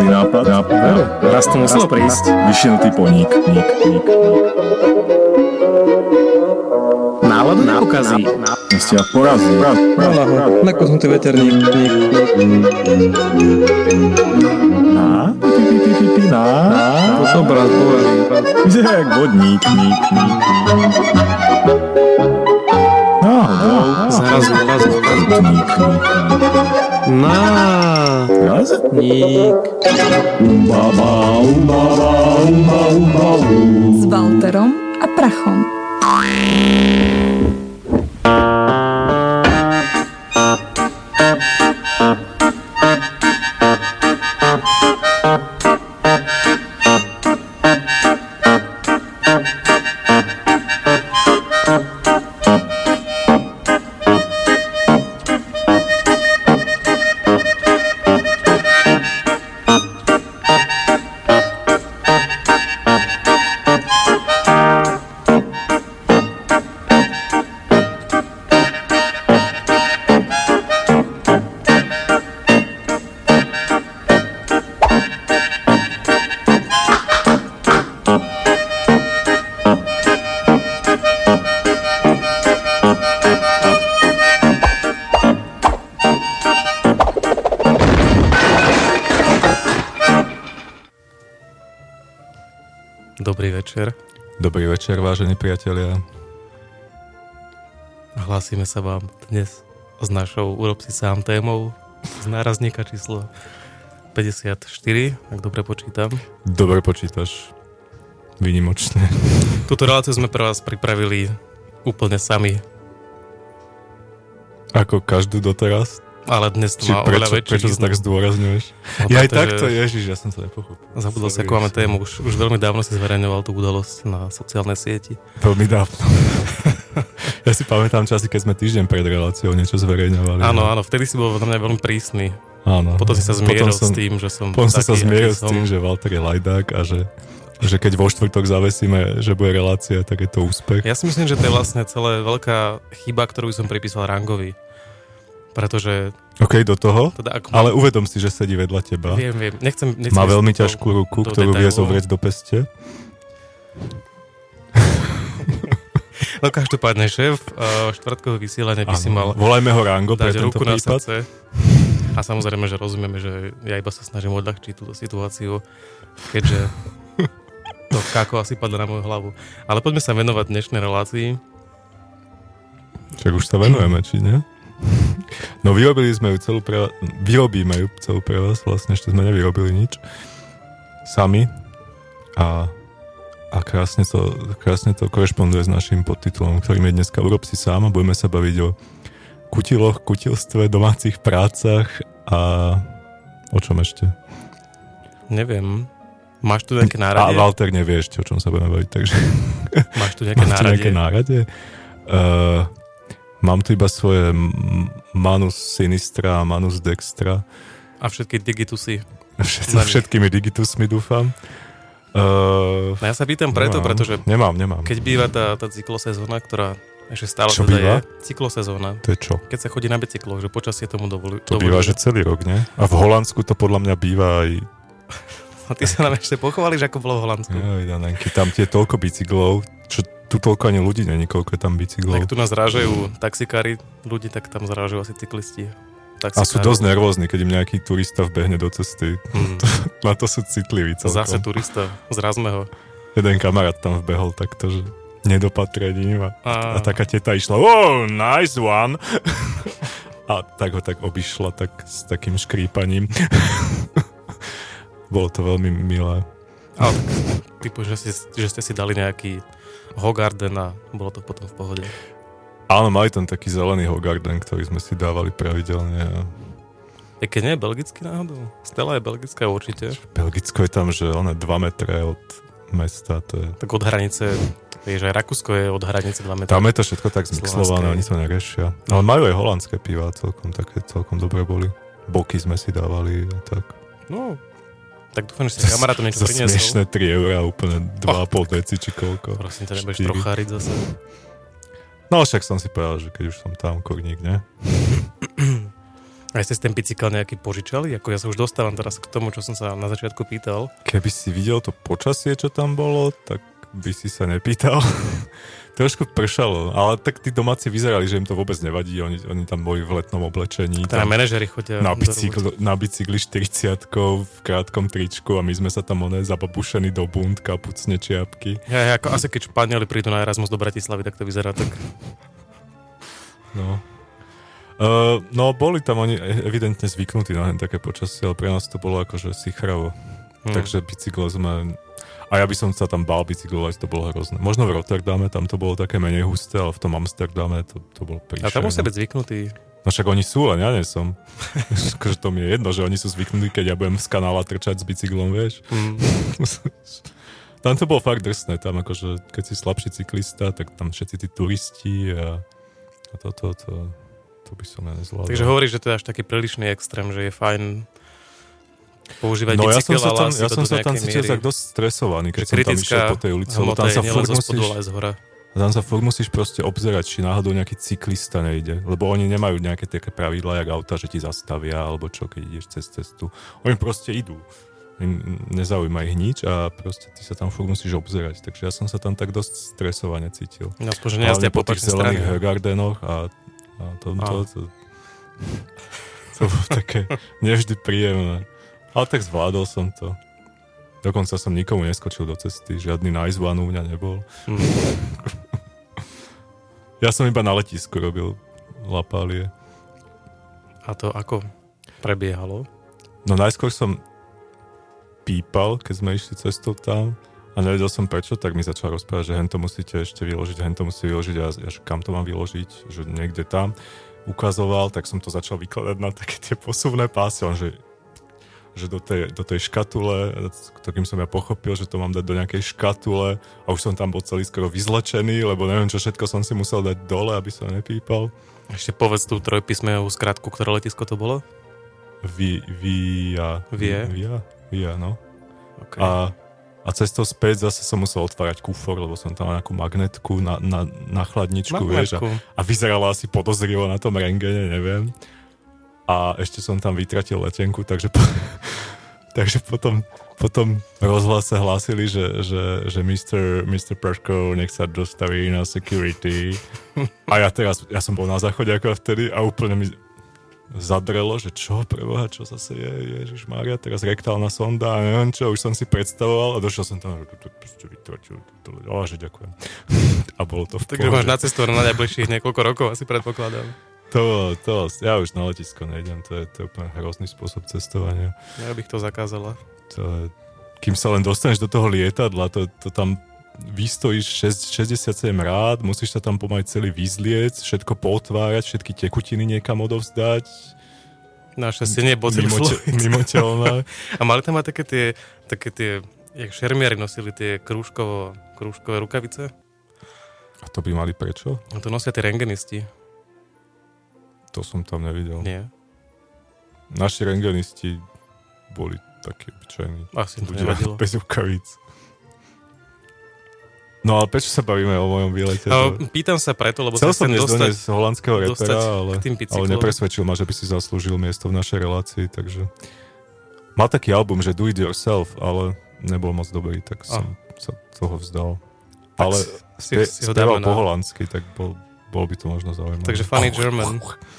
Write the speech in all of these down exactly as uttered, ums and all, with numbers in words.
Skvelý nápad. nápad. Raz to muselo prísť. Vyšinutý poník. Ník, ník. Náladu nepokazí. Ste ja porazí. Malaho, nakosnutý veterník. Ník, ník. Na? Pi, pi, pi, pi, pi, na? To sú obraz, boharí. Vyzerá jak vodník. Ník, ník. Náhodou. Zrazu, zrazu. Ník, ník. Na. Raz? Ník. Umbaba, umbaba, umba, umba, um. S Walterom a Prachom. Dobrý večer. Dobrý večer, vážení priatelia. Hlásime sa vám dnes s našou Urob si sám témou z nárazníka číslo päťdesiatštyri, ak dobre počítam. Dobre počítaš. Výnimočne. Túto reláciu sme pre vás pripravili úplne sami. Ako každú doteraz. Ale dnes to Či má prečo, oveľa väčší prečo to význam. tak zdôrazňuješ? No, Ja aj pretože- takto, ježiš, ja som sa nepochopil. Zabudol si, Sorry, akú máme som- tému. Už, už veľmi dávno si zverejňoval tú udalosť na sociálnej sieti. Veľmi dávno. Ja si pamätám časy, keď sme týždeň pred reláciou niečo zverejňovali. Áno, áno, vtedy si bol na mňa veľmi prísny. áno. Potom si sa zmieril Potom som- s tým, že som Potom som sa taký, zmieril aký s som. tým, že Walter je lajdák a že, že keď vo štvrtok zavesíme, že bude relácia, tak je to úspech. Ja si myslím, že to je vlastne celé veľká chyba, ktorú by som pripísal Rangovi. Pretože... OK, do toho, Teda ako ale uvedom si, že sedí vedľa teba. Viem, viem. Nechcem, nechcem Má ísť veľmi do- ťažkú ruku, do ktorú vie detailov. zovrieť do peste. No každopádne, šéf uh, štvrtkového vysielania by si mal Volajme ho Rango pre dať tento ruku na prípad. srdce. A samozrejme, že rozumieme, že ja iba sa snažím odľahčiť túto situáciu, keďže to kako asi padlo na moju hlavu. Ale poďme sa venovať dnešnej relácii. Však už sa venujeme, či nie? No vyrobili sme ju celú pre vás, vyrobíme ju celú pre vás, vlastne ešte sme nevyrobili nič. Sami. A, a krásne, to, krásne to korešponduje s našim podtitulom, ktorým je dneska Urob si sám a budeme sa baviť o kutiloch, kutilstve, domácich prácach a o čom ešte? Neviem. Máš tu nejaké A náradie? Walter nevie ešte, o čom sa budeme baviť, takže... Máš tu nejaké Máš tu náradie? nejaké nárade? Uh, mám tu iba svoje m- manus sinistra a manus dextra. A všetky digitusy. Všet, Na nich. všetkými digitusmi, dúfam. Uh, No ja sa pýtam preto, nemám, pretože Nemám, nemám. keď býva tá, tá cyklosezóna, ktorá ešte stále Čo teda býva? je, cyklosezóna, To je čo? keď sa chodí na bicykloch, že počasie tomu dovolí. To býva, že celý rok, nie? A v Holandsku to podľa mňa býva aj... A ty sa nám ešte pochváliš, ako bolo v Holandsku. Joj, Danenky, tam tie toľko bicyklov, čo tu toľko ani ľudí není, koľko je tam bicyklov. Tak tu nás zrážajú taxikári, ľudí, tak tam zrážajú asi cyklisti. A sú dosť nervózni, keď im nejaký turista vbehne do cesty. Hmm. Na to sú citliví celkom. Zase turista, zrazme ho. Jeden kamarát tam vbehol takto, že nedopatrením a, A... a taká teta išla, oh, nice one. A tak ho tak obišla tak, s takým škrípaním. Bolo to veľmi milé. Ale tak, typu, že, si, že ste si dali nejaký Hogarden a bolo to potom v pohode. Áno, mali tam taký zelený Hogarden, ktorý sme si dávali pravidelne. A... Je keď nie je belgický náhodou? Stella je belgická určite. Belgicko je tam, že one dva metre od mesta, to je... Tak od hranice, vieš, aj Rakúsko je od hranice dva metre. Tam je to všetko tak zmixlované, oni to neriešia. Ale majú aj holandské piva, celkom také, celkom dobre boli. Boky sme si dávali a tak. No, tak dúfam, že si kamarátom niečo Za priniesol. smiešné tri eurá, úplne dva a pol deci či koľko. Prosím ťa, nebudeš štyri. trocháriť zase. No však som si povedal, že keď už som tam, kurník, ne? A ste si ten bicykel nejaký požičali? Ako ja sa už dostávam teraz k tomu, čo som sa na začiatku pýtal. Keby si videl to počasie, čo tam bolo, tak by si sa nepýtal. Trošku pršalo, ale tak tí domáci vyzerali, že im to vôbec nevadí. Oni, oni tam boli v letnom oblečení. Teda manažeri chodia. Na, bicykl, na bicykli štyridsiatkou v krátkom tričku a my sme sa tam oné zababušení do bund, kapucne, čiapky. Ja, ja, ako asi keď Španieli prídu na Erasmus do Bratislavy, tak to vyzerá tak. No. Uh, no, boli tam oni evidentne zvyknutí na také počasie, ale pre nás to bolo akože sichravo. Hmm. Takže bicykle sme... A ja by som sa tam bál bicyklovať, to bolo hrozné. Možno v Rotterdame, tam to bolo také menej husté, ale v tom Amsterdame to, to bolo príšerné. A tam musia byť zvyknutí. No však oni sú, len ja nie som. Akože to mi je jedno, že oni sú zvyknutí, keď ja budem z kanála trčať s bicyklom, vieš. Hmm. Tam to bolo fakt drsné, tam akože, keď si slabší cyklista, tak tam všetci tí turisti a, a toto, to, to, to by som ja nezvládol. Takže hovoríš, že to je až taký prílišný extrém, že je fajn používať no, bicykel, ja ale asi ja som sa tam cítil tak dosť stresovaný, keď som tam išiel po tej ulici, lebo tam sa furt musíš, tam sa furt musíš proste obzerať, či náhodou nejaký cyklista nejde, lebo oni nemajú nejaké také pravidlá, jak auta, že ti zastavia, alebo čo, keď ideš cez cestu. Oni proste idú. Nezaujíma ich nič a proste ty sa tam furt musíš obzerať. Takže ja som sa tam tak dosť stresovane cítil. No, aspoň, že nejazdia po tých zelených Hörgardenoch a, a to, to, to, to bolo také nevždy príjemné. Ale tak zvládol som to. Dokonca som nikomu neskočil do cesty, žiadny nice one u mňa nebol. Mm. Ja som iba na letisku robil lapálie. A to ako prebiehalo? No najskôr som pípal, keď sme išli cestou tam a nevedel som prečo, tak mi začal rozprávať, že hento musíte ešte vyložiť, hento musí vyložiť a ja, že kam to mám vyložiť, že niekde tam. Ukazoval, tak som to začal vykladať na také tie posuvné pásy, on, že že do tej, do tej škatule, ktorým som ja pochopil, že to mám dať do nejakej škatule a už som tam bol celý skoro vyzlečený, lebo neviem, čo všetko som si musel dať dole, aby som nepípal. Ešte povedz tú trojpísmenovú skratku, ktoré letisko to bolo? Vi, via. Vie? Via, via, no. Okay. A, a cestou späť zase som musel otvárať kufor, lebo som tam nejakú magnetku na, na, na chladničku, vieš, a, a vyzerala asi podozrivo na tom rengene, neviem. A ešte som tam vytratil letenku, takže, po, takže potom, potom rozhlase hlásili, že, že, že mister mister Prško nech sa dostaví na security. A ja teraz, ja som bol na záchode ako vtedy a úplne mi zadrelo, že čo, preboha, čo zase je, ježišmária, teraz rektálna sonda a neviem čo, už som si predstavoval a došiel som tam, že to proste vytratil, ale že ďakujem. A bolo to v pohode. Takže máš na cestu na najbližších niekoľko rokov, asi predpokladám. To, to, ja už na letisko nejdem, to je, to je úplne hrozný spôsob cestovania. Ja bych to zakázala. To je, kým sa len dostaneš do toho lietadla, to, to tam vystojíš šesťdesiatsedem rád, musíš sa tam pomaly celý vyzliec, všetko potvárať, všetky tekutiny niekam odovzdať. Našťastie nie bol celý mimoteľné. A mali tam aj také tie, také tie, jak šermiari nosili tie krúžkovo, krúžkové rukavice? A to by mali prečo? A to nosia tie rentgenisti. To som tam nevidel. Nie. Naši rentgenisti boli takí obyčajní. Asi to nevadilo. Bez rukavíc. No ale prečo sa bavíme o mojom výlete? No, pýtam sa preto, lebo chcel sa som dnes dostať, doniesť holandského repera, ale, ale nepresvedčil ma, že by si zaslúžil miesto v našej relácii, takže... Mal taký album, že Do It Yourself, ale nebol moc dobrý, tak som ah. sa toho vzdal. Tak ale si, spie, si spieval po holandsky, tak bol... Bolo by to možno zaujímavé. Takže funny oh, German.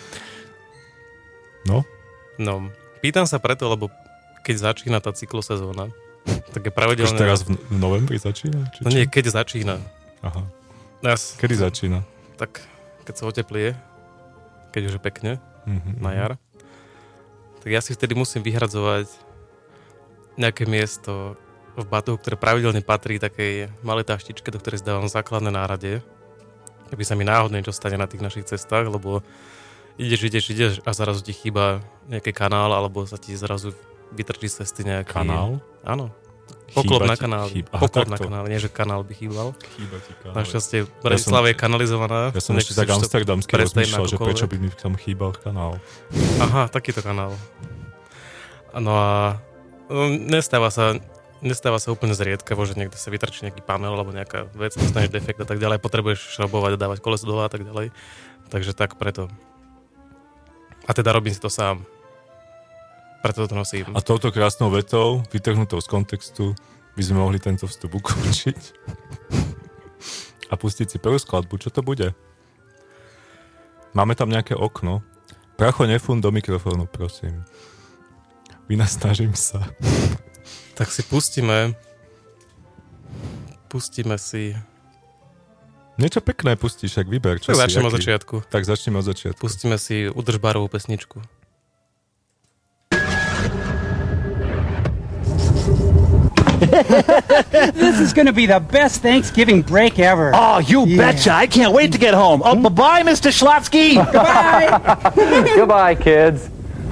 No? No. Pýtam sa preto, lebo keď začína tá cyklosezóna, tak je pravidelné... Už teraz v, v novembri začína? Či no nie, keď začína. Aha. Ja, Kedy začína? Tak, keď sa oteplie, keď už je pekne, mm-hmm. na jar, tak ja si vtedy musím vyhradzovať nejaké miesto v batohu, ktoré pravidelne patrí takej malej taštičke, do ktorej zdávam základné nárade. Keby sa mi náhodne niečo stane na tých našich cestách, lebo ideš, ideš, ideš a zrazu ti chýba nejaký kanál, alebo sa ti zrazu vytrčí z cesty nejaký... Kanál? Áno. Poklop na kanáli. Chýba. Poklop na kanáli, nie že kanál by chýbal. Chýba ti kanál. Našťastie Bratislava je kanalizovaná. Ja som ešte tak amsterdamsky rozmýšľal, že prečo by mi tam chýbal kanál. Aha, takýto kanál. No a no, nestáva sa... Nestáva sa úplne zriedkavo, že niekde sa vytrčí nejaký panel alebo nejaká vec, dostaneš defekt a tak ďalej, potrebuješ šrobovať a dávať koleso dole a tak ďalej. Takže tak preto. A teda robím si to sám. Preto to nosím. A touto krásnou vetou, vytrhnutou z kontextu, by sme mohli tento vstup ukončiť. A pustiť si prvú skladbu. Čo to bude? Máme tam nejaké okno. Pracho, nefún do mikrofónu, prosím. Vynasnažím sa. Tak si pustíme... Pustíme si... Niečo pekné pustíš, ak vyber. Čo tak si, začneme od aký? začiatku. Tak začneme od začiatku. Pustíme si udržbárovú pesničku. This is going to be the best Thanksgiving break ever. Oh, you Yeah. betcha. I can't wait to get home. Oh, bye-bye, Mister Schlotsky. Goodbye. Goodbye, kids.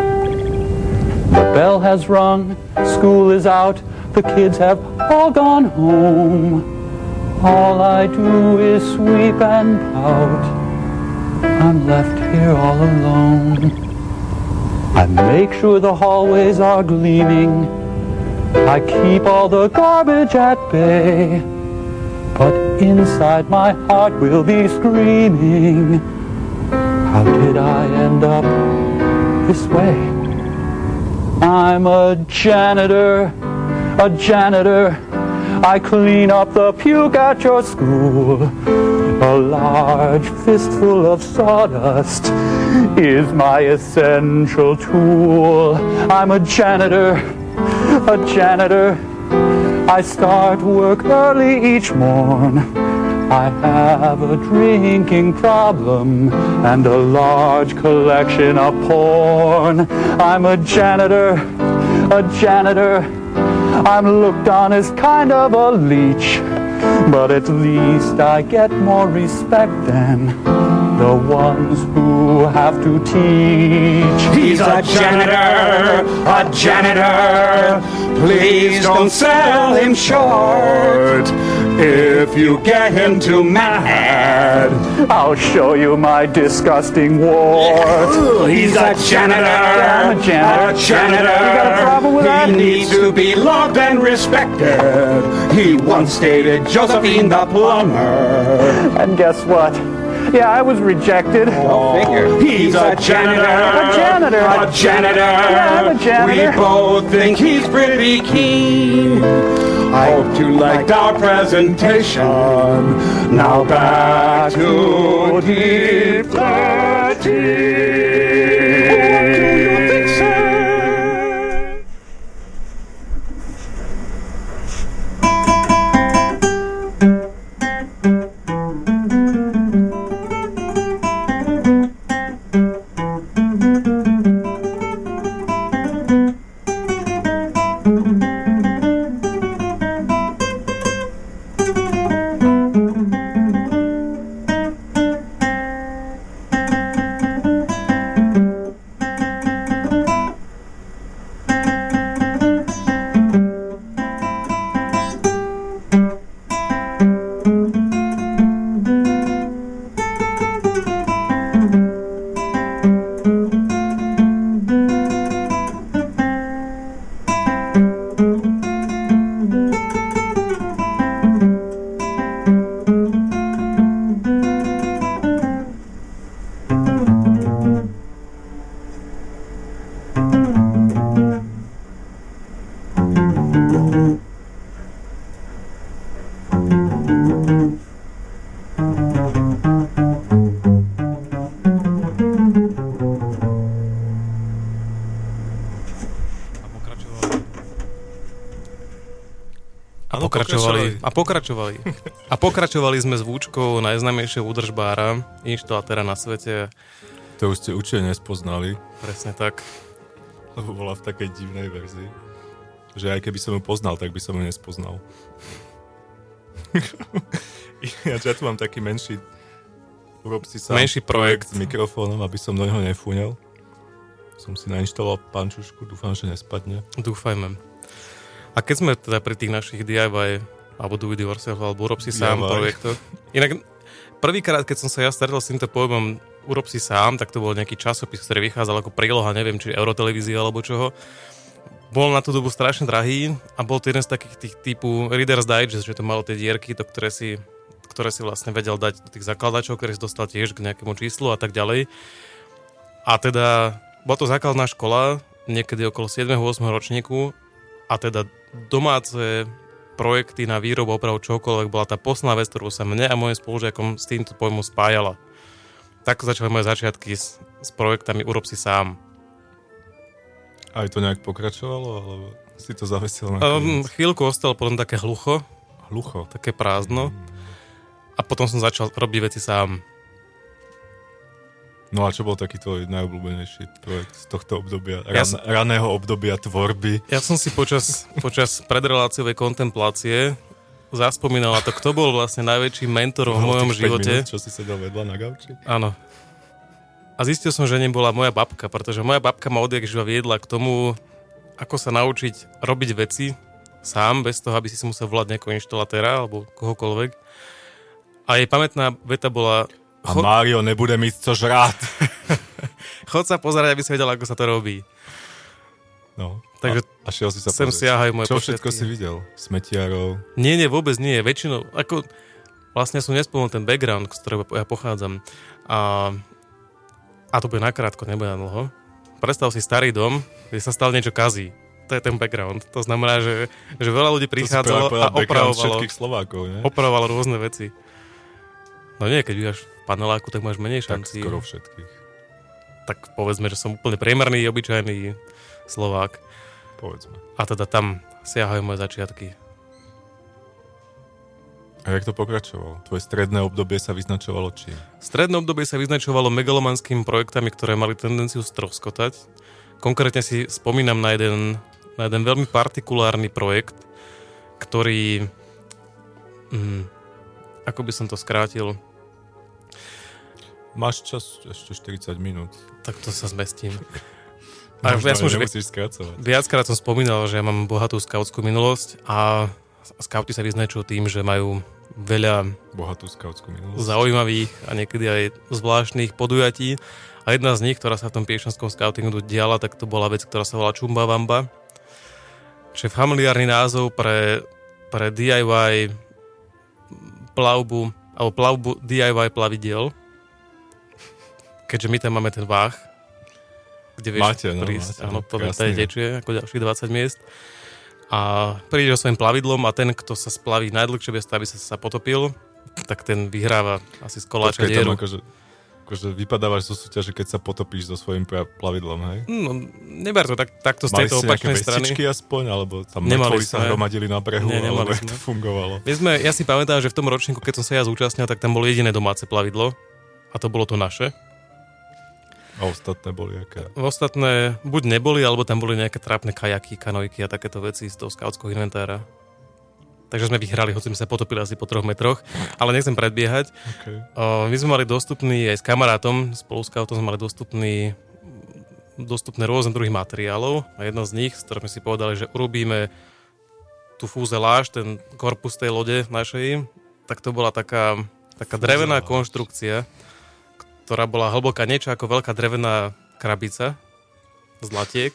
The bell has rung, school is out, the kids have all gone home. All I do is sweep and pout. I'm left here all alone. I make sure the hallways are gleaming. I keep all the garbage at bay. But inside my heart will be screaming, how did I end up this way? I'm a janitor, a janitor. I clean up the puke at your school. A large fistful of sawdust is my essential tool. I'm a janitor, a janitor. I start work early each morn. I have a drinking problem and a large collection of porn. I'm a janitor, a janitor. I'm looked on as kind of a leech, but at least I get more respect than the ones who have to teach. He's a janitor, a janitor. Please don't sell him short. If you get him too mad, I'll show you my disgusting wart. ooh, he's a janitor, I'm a janitor. a janitor. You got a problem with that? He needs to be loved and respected. He once dated Josephine the plumber. And guess what? Yeah, I was rejected. Go figure. He's a janitor. A janitor. A janitor. Yeah, I'm a janitor. We both think he's pretty keen. I hope you liked our presentation. Now back to Deep thirteen. What do you think, sir? Pokračovali, a pokračovali. A pokračovali sme zvúčkou najznámejšieho údržbára, inštalatéra na svete. To už ste určite nespoznali, Presne tak. lebo bola v takej divnej verzii, že aj keby som ju poznal, tak by som ju nespoznal. Ja, ja tu mám taký menší urob si sám Menší projekt. s mikrofónom, aby som do neho nefúňal. Som si nainštaloval pančušku, dúfam, že nespadne. Dúfajme. A keď sme teda pri tých našich dé í vaj alebo do it yourself, alebo urob si sám dé í vaj. projektoch. Inak prvýkrát, keď som sa ja stretol s týmto pojmom urob si sám, tak to bol nejaký časopis, ktorý vychádzal ako príloha, neviem, či Eurotelevízia alebo čoho. Bol na tú dobu strašne drahý a bol to jeden z takých tých typu Reader's Digest, že to malo tie dierky, do ktoré si, ktoré si vlastne vedel dať do tých zakladačov, ktoré si dostal tiež k nejakému číslu a tak ďalej. A teda, bola to základná škola, niekedy okolo siedmeho ôsmeho ročníku a teda domáce projekty na výrobu, opravu čokoľvek bola tá posledná vec, ktorú sa mne a mojim spolužiakom s týmto pojmom spájala. Tak začali moje začiatky s, s projektami Urob si sám. Aj to nejak pokračovalo, alebo si to zavesil na um, Chvíľku ostalo potom také hlucho. Hlucho? Také prázdno. Mm. A potom som začal robiť veci sám. No a čo bol taký tvoj najobľúbenejší projekt z tohto obdobia, ja ran, som, raného obdobia tvorby? Ja som si počas, počas predreláciovej kontemplácie zaspomínal na to, kto bol vlastne najväčší mentor v mojom živote. Minút, čo si sedel vedľa na gauči? Áno. A zistil som, že nebola moja babka, pretože moja babka ma odjak živa viedla k tomu, ako sa naučiť robiť veci sám, bez toho, aby si si musel volať nejakého inštalatéra alebo kohokoľvek. A jej pamätná veta bola... A Chod... Mário nebude mít co žrát. Chod sa pozerať, aby si vedel, ako sa to robí. No. Takže a, a šiel si sa sem siahajú moje Čo počiatky. všetko si videl? Smetiarov? Nie, nie, vôbec nie. Väčšinou, ako vlastne som nespomenul ten background, z ktorého ja pochádzam. A, a to bude nakrátko, nebude na dlho. Predstav si starý dom, kde sa stále niečo kazí. To je ten background. To znamená, že, že veľa ľudí prichádzalo a opravovalo, Slovákov, nie? opravovalo rôzne veci. No nie, keď bývaš v paneláku, tak máš menej šancí. Tak skoro všetkých. Tak povedzme, že som úplne priemerný, obyčajný Slovák. Povedzme. A teda tam siahajú moje začiatky. A jak to pokračovalo? Tvoje stredné obdobie sa vyznačovalo čím? Stredné obdobie sa vyznačovalo megalomanskými projektami, ktoré mali tendenciu stroskotať. Konkrétne si spomínam na jeden, na jeden veľmi partikulárny projekt, ktorý... Hm, ako by som to skrátil? Máš čas ešte štyridsať minút. Tak to sa zmestím. A ja som, nemusíš skracovať. Viackrát som spomínal, že ja mám bohatú skautskú minulosť a skauti sa vyznačujú tým, že majú veľa bohatú skautskú minulosť. Zaujímavých a niekedy aj zvláštnych podujatí. A jedna z nich, ktorá sa v tom piešanskom skautingu diala, tak to bola vec, ktorá sa volá Chumbawamba. Čo je familiárny názov pre, pre dé í vaj plavbu, alebo plavbu dé í vaj plavidiel. Keďže my tam máme ten váh, kde vieš máte, no, prísť, máte, áno, to krásne. tečie ako ďalších dvadsať miest. A prídeš so svojím plavidlom a ten, kto sa splaví najdlhšie bez toho, aby sa, sa potopil, tak ten vyhráva asi z koláča Počkaj, dieru. tam akože, akože vypadávaš zo súťaže, keď sa potopíš so svojím plavidlom, hej? No, neber to tak, takto z Mali tejto opačnej strany. Mali ste nejaké aspoň, alebo tam nemali mŕtvoly sa hromadili na brehu, Nie, alebo sme. to fungovalo? My sme, ja si pamätám, že v tom ročníku, keď som sa ja zúčastnil, tak tam bolo jediné domáce plavidlo a to bolo to naše. A ostatné boli aké? Ostatné buď neboli, alebo tam boli nejaké trápne kajaky, kanojky a takéto veci z toho skautského inventára. Takže sme vyhrali, hoci sme sa potopili asi po troch metroch, ale nechcem predbiehať. Okay. O, my sme mali dostupný aj s kamarátom, spolu s skautom sme mali dostupný dostupné rôzne druhy materiálov a jedno z nich, s ktorými si povedali, že urobíme tú fúzeláž, ten korpus tej lode našej, tak to bola taká, taká drevená konštrukcia, ktorá bola hlboká, niečo ako veľká drevená krabica z latiek,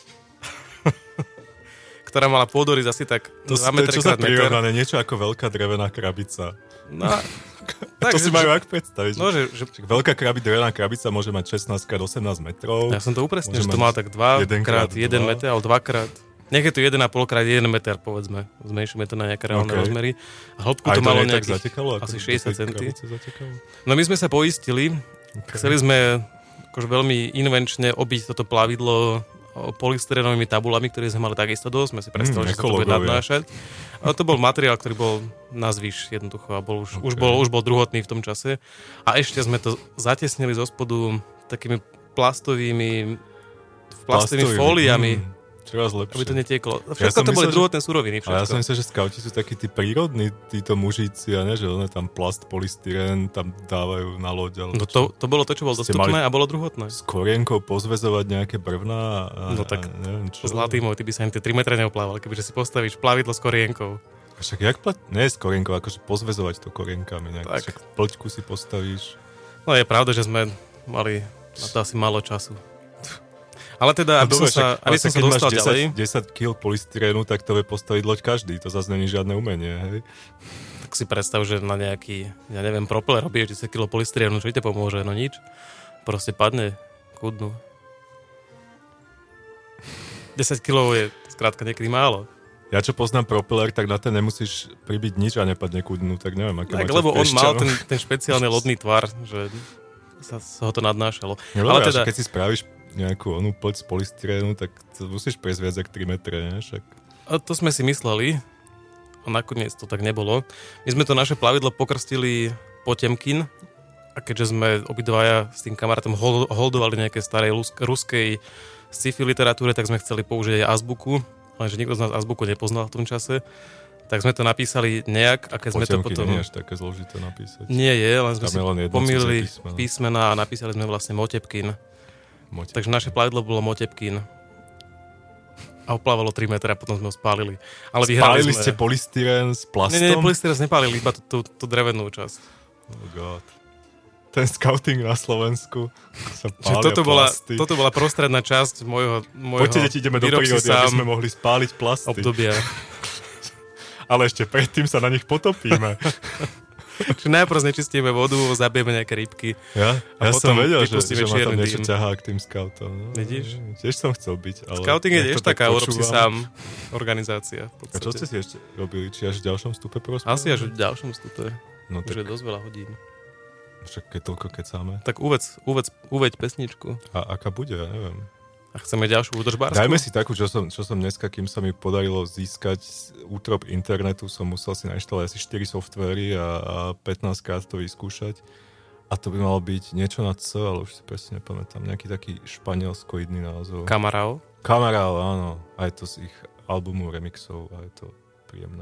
ktorá mala pôdorys asi tak to dva metre čo sa krát meter. prirovnané, niečo ako veľká drevená krabica. No, tak, to si majú ak predstaviť. No, že, že... Veľká krabi, drevená krabica môže mať šestnásť krát osemnásť metrov. Ja som to upresnil, že to má tak dva krát jeden meter, ale dva krát. Nech je to jeden a pol krát jeden meter, povedzme. Zmenšíme to na nejaké reálne okay. rozmery. A hĺbku to malo nejakých zatekalo, asi šesťdesiat centimetrov. No my sme sa poistili. Okay. Chceli sme akože veľmi invenčne obiť toto plavidlo polystyrenovými tabulami, ktoré sme mali takisto dosť. Sme si predstavili, mm, že sa to bude nadnášať. Ale to bol materiál, ktorý bol nazvyš jednoducho a bol už, okay. už, bol, už bol druhotný v tom čase. A ešte sme to zatesnili zo spodu takými plastovými plastovými fóliami. Mm. Čoraz lepšie. Aby to netieklo. Všetko ja to boli druhotné suroviny. Ale ja som myslel, že skauti sú takí tí prírodní, títo mužíci, a ne, že one tam plast, polystyrén tam dávajú na loď. No to, to bolo to, čo bolo dostupné a bolo druhotné. S korienkou pozväzovať nejaké brvná a, no tak, a neviem čo. Zlatý môj, ty by sa ani tie tri metre neoplával, kebyže si postavíš plavidlo s korienkou. A však jak plat... Nie s korienkou, akože pozväzovať to korienkami. Nejak. Tak. Však plťku si postavíš. No je pravda, že sme mali na to asi málo času. Ale teda, aby som sa, aby som sa dostal desať, ďalej... desať kilogramov polystyrénu, tak to vie postaviť loď každý. To zase není žiadne umenie, hej? Tak si predstav, že na nejaký, ja neviem, propeller robíš desať kilogramov polystyrénu, čo ti pomôže? No nič. Proste padne Kudnú. desať kilogramov je skrátka niekedy málo. Ja čo poznám propeller, tak na ten nemusíš pribiť nič a nepadne kudnú, tak neviem, aké Tak, máte lebo v on mal Piešťanoch. ten, ten špeciálny lodný tvar, že sa, sa ho to nadnášalo. No, Ale teda... teda, keď si spravíš nejakú onú poď z polystyrénu, tak to musíš prejsť viac jak tri metre, ne? Však... a to sme si mysleli a nakoniec to tak nebolo. My sme to naše plavidlo pokrstili Potemkin a keďže sme obidvaja s tým kamarátom hol- holdovali nejaké starej lus- ruskej sci-fi literatúre, tak sme chceli použiť aj azbuku, lenže nikto z nás azbuku nepoznal v tom čase. Tak sme to napísali nejak a keď sme to Potemkin potom... nie je až také zložité napísať. Nie je, len sme Tam si je len jedno pomýlili cudzie písmeno. písmena a napísali sme vlastne Motepkin. Mote. Takže naše plavidlo bolo Motepkin. A oplávalo tri metre a potom sme ho spálili. Ale vyhrali Spálili sme. ste polystyrén s plastom? Nie, nie, polystyrén nepálili, iba tú, tú, tú drevenú časť. Oh god. Ten scouting na Slovensku sa Čiže pália toto bola, plasty. toto bola prostredná časť môjho, môjho Poďte, deti, ideme do výrob si prírody, aby sám sme mohli spáliť plasty. obdobia. Ale ešte predtým sa na nich potopíme. Čiže najprv znečistíme vodu, zabijeme nejaké rybky. Ja, A ja som potom vedel, že, vypustíme že ma tam čierny niečo dým. ťahá k tým scoutom. No, Vidíš? Tiež som chcel byť. Ale Scouting je jak tiež to tak taká urob si počúvam- sám organizácia. V A podstate. čo ste si ešte robili? Či až v ďalšom stupe porozprávali? Asi až v ďalšom stupe. No Už je tak dosť veľa hodín. však keď toľko kecáme. Tak uvedz, uvedz, uveď pesničku. A aká bude, ja neviem. A chceme ďalšiu údržbársku? Dajme si takú, čo som, čo som dneska, kým sa mi podarilo získať útrop internetu, som musel si nainštalovať asi štyri softvery a, a pätnásť krát to vyskúšať. A to by malo byť niečo na C, ale už si presne nepamätám. Nejaký taký španielskoidný názov. Kamarao. Kamarál, áno. Aj to z ich albumu remixov a je to príjemné.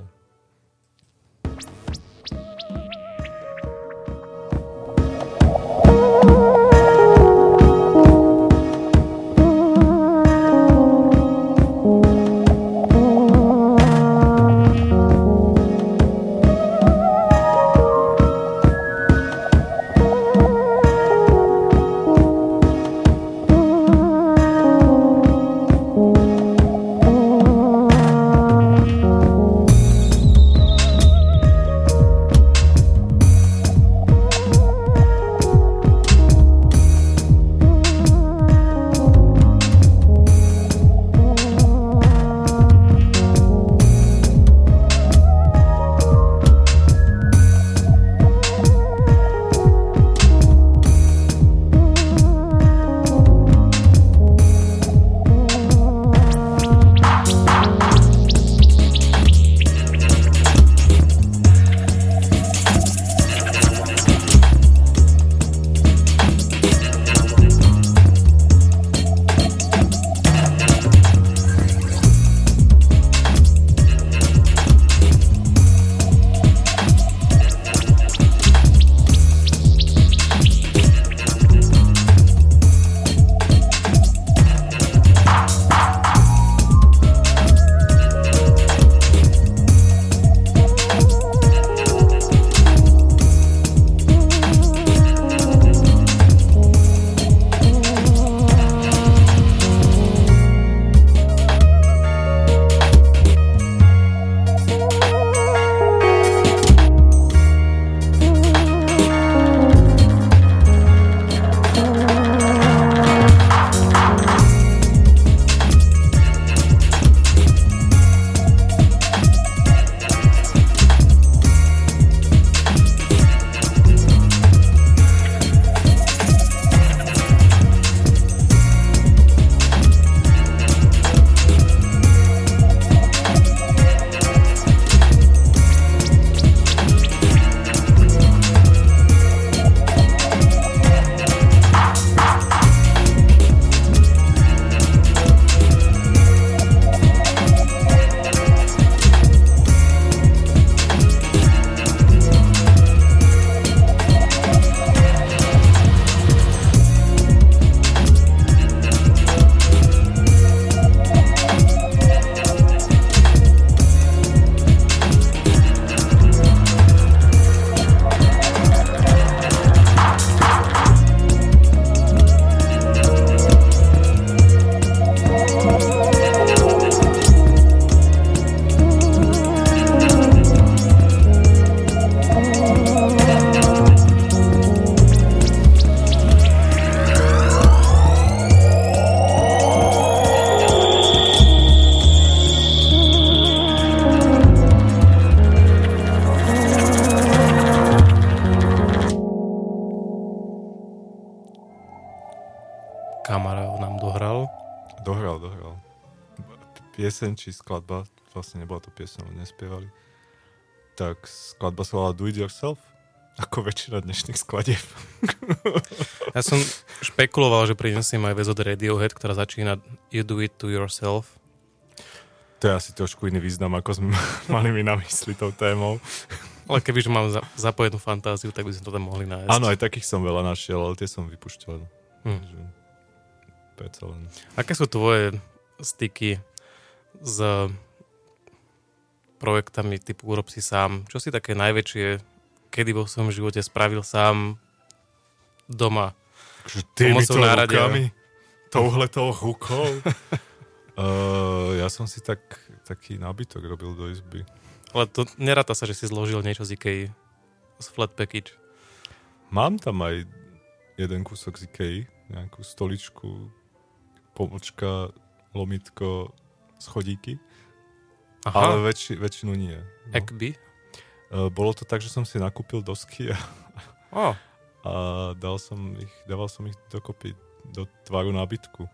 pieseň, či skladba, vlastne nebola to pieseň, nespievali, tak skladba sa volala Do It Yourself, ako väčšina dnešných skladieb. Ja som špekuloval, že prinesiem aj vec od Radiohead, ktorá začína You Do It To Yourself. To je asi trošku iný význam, ako sme mali mi na mysli tou témou. Ale kebyže mám za- zapojenú fantáziu, tak by sme to tam mohli nájsť. Áno, aj takých som veľa našiel, ale tie som vypúšťal. Hm. Takže, predsa len. Aké sú tvoje styky s projektami typu Urob si sám? Čo si také najväčšie, kedy vo svojom živote spravil sám doma? Týmito náradia. rukami? Touhletou rukou? uh, ja som si tak, taký nábytok robil do izby. Ale to neráta sa, že si zložil niečo z IKEA, z flat package. Mám tam aj jeden kúsok z IKEA, nejakú stoličku, pomočka, lomitko, schodíky. Aha. Ale väčši, väčšinu nie. No. Ekby? Uh, bolo to tak, že som si nakúpil dosky a, Oh. a dal som ich, dával som ich dokopy do tvaru nábytku.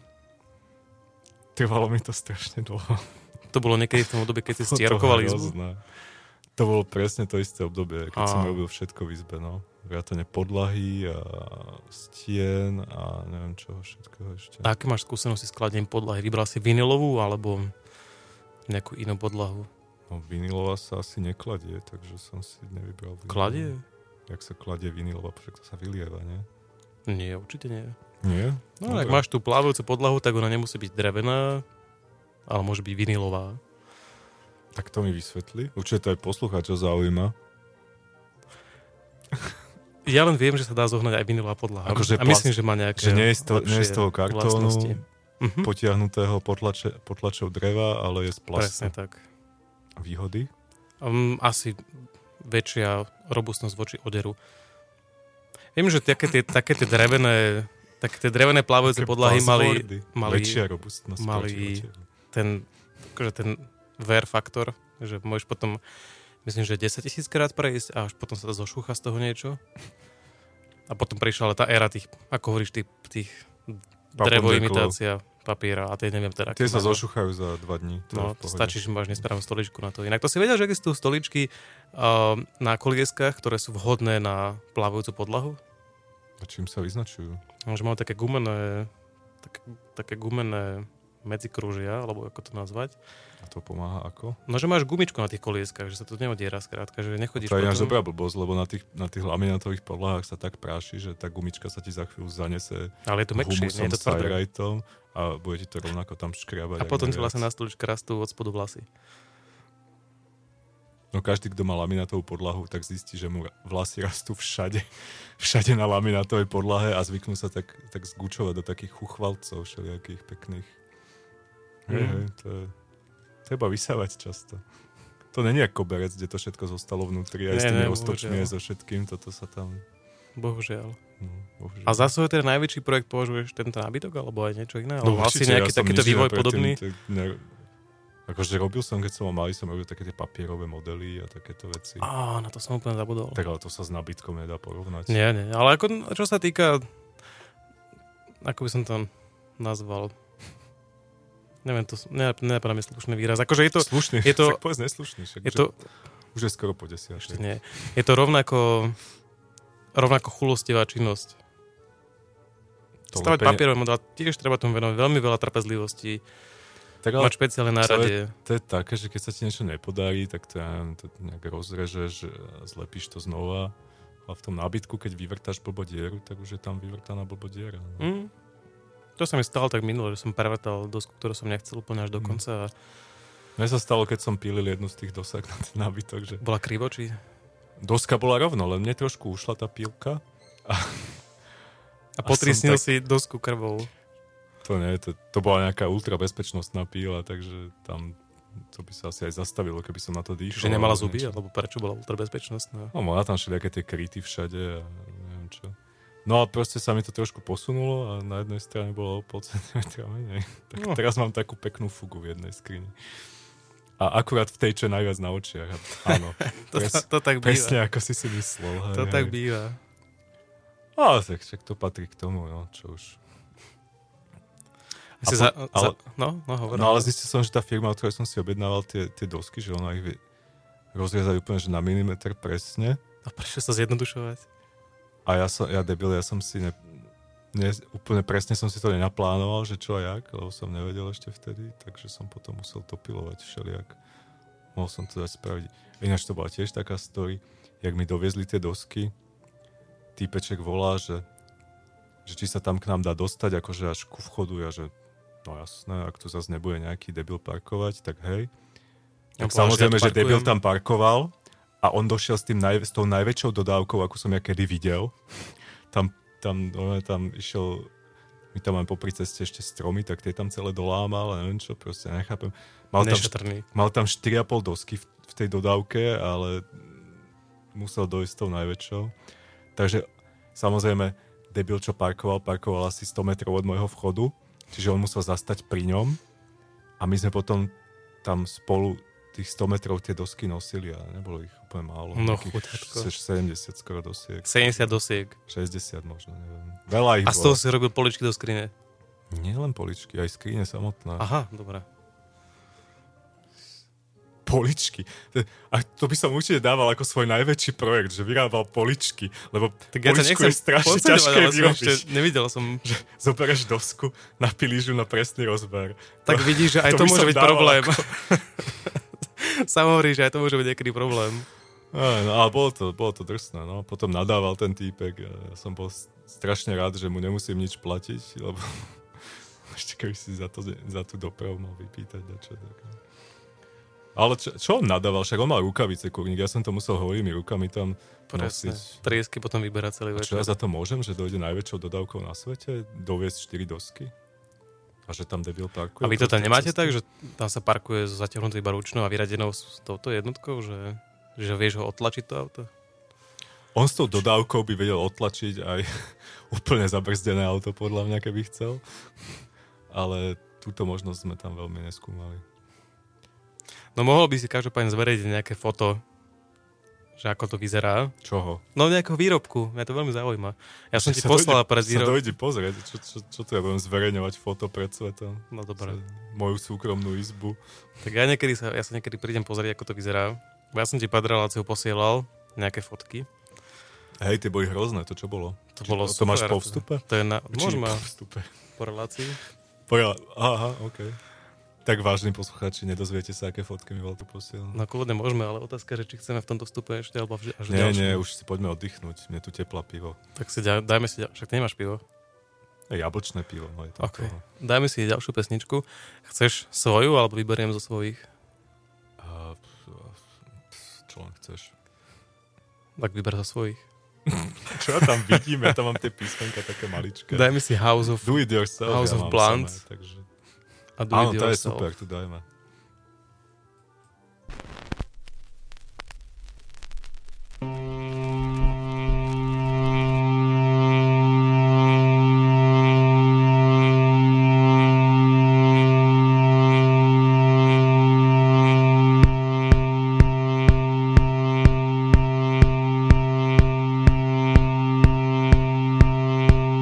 Trvalo mi to strašne dlho. To bolo niekedy v tom období, keď si To stiarkoval hrozné. izbu? To bolo presne to isté obdobie, keď Á. som robil všetko v izbe, no. Vrátane podlahy a stien a neviem čoho všetkého ešte. A aké máš skúsenosti s kladením podlahy? Vybral si vinilovú alebo nejakú inú podlahu? No vinilová sa asi nekladie, takže som si nevybral vinilovú. Kladie? Jak sa kladie vinilová, však to sa vylieva, nie? Nie, určite nie. Nie? No, ak máš tú plávajúcu podlahu, tak ona nemusí byť drevená, ale môže byť vinilová. Tak to mi vysvetli. Určite to aj poslucháčov zaujíma. Ja len viem, že sa dá zohnať aj vinilová podlaha. Akože a myslím, že má nejaké Že nie je z, to, nie je z lepšie toho kartónu vlastnosti. Mhm. potiahnutého potlače, potlačov dreva, ale je z plastu. Presne tak. Výhody? Um, asi väčšia robustnosť voči oderu. Viem, že také tie, také tie drevené také tie drevené plávajúce Také podlahy mali, buzzwordy. mali, Väčšia robustnosť proti mali oderu. ten, akože ten wear faktor, že môžeš potom, myslím, že desaťtisíc krát prejsť a až potom sa to zošúcha z toho niečo. A potom prišla ale tá éra tých, ako hovoríš, tých, tých drevoimitácia papiera a tie neviem teda. Tie sa majú. zošúchajú za dva dní. To No, je v pohode. stačí, že máš nesprávnu stoličku na to. Inak to si vedel, že existujú stoličky uh, na kolieskách, ktoré sú vhodné na plávajúcu podlahu? A čím sa vyznačujú? No, že majú také gumené také, také gumené medzikrúžia, alebo ako to nazvať. A to pomáha ako? No, že máš gumičku na tých kolieskách, že sa to neodiera skrátka, že nechodíš To je ináč potom... dobrá blbosť, lebo na tých, na tých laminátových podlahách sa tak práši, že tá gumička sa ti za chvíľu zanese Ale je to mäkšie, nie je to tvrdé. sajrajtom a bude ti to rovnako tam škriabať. A ak potom ti najviac. vlastne na stoličke rastú od spodu vlasy. No každý, kto má laminátovú podlahu, tak zistí, že mu vlasy rastú všade. Všade na laminátovej podlahe a zvyknú sa tak, tak zgučovať do takých chuchvalcov všelijakých pekných. Mm. Hej, hej, to je... Treba vysávať často. To není ako koberec, kde to všetko zostalo vnútri, aj s Nie, tými nie, roztočmi, bohužiaľ. aj so všetkým, toto sa tam... Bohužiaľ. No, bohužiaľ. A za svoj ten najväčší projekt považuješ tento nábytok, alebo aj niečo iné? No, Alebo mal si určite, nejaký ja som takýto nič vývoj predtým podobný? tak ne- Akože robil som, keď som mal malý, som robil také tie papierové modely a takéto veci. Á, na to som úplne zabudol. Tak ale to sa s nábytkom nedá porovnať. Nie, nie, ale ako, čo sa týka, ako by som to nazval, neviem, to, ne, nenapadá mi slušný výraz, akože je to, Slušný, je to, tak povedz neslušný, však je že to, už je skoro po desiatej. ešte nie, je to rovnako, rovnako chulostivá činnosť. To Stavať lepenie- papierové modely, tiež treba tomu venovať veľmi veľa trpezlivosti, Tak ale mať špeciálne náradie. to je také, že keď sa ti niečo nepodarí, tak to, ja neviem, to nejak rozrežeš, zlepíš to znova. A v tom nábytku, keď vyvrtáš blbo dieru, tak už je tam vyvrtaná blbo diera. No. Mm. To sa mi stalo tak minule, že som prevrtal dosku, ktorú som nechcel úplne až do Mm. konca. A Mne sa stalo, keď som pílil jednu z tých dosák na ten nábytok, že bola krivo, či? doska bola rovno, len mne trošku ušla tá pílka. A som potrísnil tak- si dosku krvou. To nie, to, to bola nejaká ultra bezpečnostná píla, takže tam to by sa asi aj zastavilo, keby som na to dýchol. Že nemala alebo zuby, niečo. alebo prečo bola ultrabezpečnostná? No, mala tam všelijaké tie kryty všade a neviem čo. No a proste sa mi to trošku posunulo a na jednej strane bolo o pol centimetra menej. Tak No. teraz mám takú peknú fugu v jednej skrini. A akurát v tej, čo je najviac na očiach. A áno, To, pres, to tak býva. presne ako si si myslel. Hej, To hej. tak býva. Ale tak však to patrí k tomu, no, čo už. A Si po, za, ale, za, no, no, hovor. no ale zistil som, že tá firma, od ktorej som si objednával tie, tie dosky, že ona ich rozriezajú úplne že na milimeter presne. A prečo sa zjednodušovať? A ja som, ja debil, ja som si ne, ne, úplne presne som si to nenaplánoval, že čo a jak, lebo som nevedel ešte vtedy, takže som potom musel to pilovať všelijak. Mohol som to dať spraviť. Ináč to bola tiež taká story, jak mi doviezli tie dosky, týpeček volá, že, že či sa tam k nám dá dostať, akože až ku vchodu, ja že no jasné, ak tu zase nebude nejaký debil parkovať, tak hej. Tak ja samozrejme, že debil tam parkoval a on došiel s, tým naj, s tou najväčšou dodávkou, ako som ja kedy videl. Tam, tam, no, tam išiel, my tam máme popri ceste ešte stromy, tak tie tam celé dolámal a neviem čo, proste nechápem. Mal tam, mal tam štyri a pol dosky v, v tej dodávke, ale musel dojsť s tou najväčšou. Takže samozrejme, debil, čo parkoval, parkoval asi sto metrov od môjho vchodu, čiže on musel zastať pri ňom a my sme potom tam spolu tých sto metrov tie dosky nosili a nebolo ich úplne málo. No chuťatko. sedemdesiat skoro dosiek. sedemdesiat dosiek. šesťdesiat možno, neviem. Veľa ich a z toho si robil poličky do skrine? Nie len poličky, aj skrine samotná. Aha, dobré. Poličky. A to by som určite dával ako svoj najväčší projekt, že vyrábal poličky, lebo tak ja poličku je strašne ťažké vyrobiť. Nevidel som. Že zoberieš dosku, napilíš ju na presný rozmer. Tak to, vidíš, že aj to, to môže byť problém. Ako... Sam hovoríš, že aj to môže byť niekedy problém. Aj, no, ale bolo to, bolo to drsné. No. Potom nadával ten týpek. Ja som bol strašne rád, že mu nemusím nič platiť, lebo ešte keby si za, to, za tú dopravu mal vypýtať. Čo, tak. Ale čo, čo on nadával? Však on mal rukavice, kurník. Ja som to musel holými rukami tam Presne. nosiť. Triesky potom vyberať celý večer. Čo ja za to môžem, že dojde najväčšou dodávkou na svete? Doviesť štyri dosky? A že tam debil parkuje? A vy to tam nemáte tak, že tam sa parkuje so zatiahnutou iba ručnou a vyradenou s touto jednotkou? Že, že vieš ho otlačiť to auto? On s tou dodávkou by vedel otlačiť aj úplne zabrzdené auto, podľa mňa, keby chcel. Ale túto možnosť sme tam veľmi neskúmali. No mohol by si každopádne zverejniť nejaké foto, že ako to vyzerá. Čoho? No nejakého výrobku, mňa to veľmi zaujíma. Ja som ti poslala pred výrobkom. Sa dojde pozrieť, čo, čo, čo tu ja budem zverejňovať foto pred svetom. No dobré. Moju súkromnú izbu. Tak ja, niekedy sa, ja sa niekedy prídem pozrieť, ako to vyzerá. Ja som ti padreláciu posielal nejaké fotky. Hej, tie boli hrozné, to čo bolo? To bolo to super. To máš po vstupe? To je na... Môžeme. Po vstupe. Po relácii. Po, aha, okej. Okay. Tak vážni poslucháči, nedozviete sa, aké fotky mi Valtu posielal. No kľudne môžeme, ale otázka, že či chceme v tomto vstupe ešte, alebo až nie, ďalšie. Nie, už si poďme oddychnúť, mne tu teplá pivo. Tak si daj, dajme si, však ty nemáš pivo. Jablčné pivo. No je to okay. Dajme si ďalšiu pesničku. Chceš svoju, alebo vyberiem zo svojich? Uh, čo len chceš? Tak vyber zo svojich. Čo ja tam vidím? Ja tam mám tie písmenka také maličké. Dajme si House of... Do it yourself. House ja of Blondes. Takže... A do áno, it to yourself. Je super, tu dajme.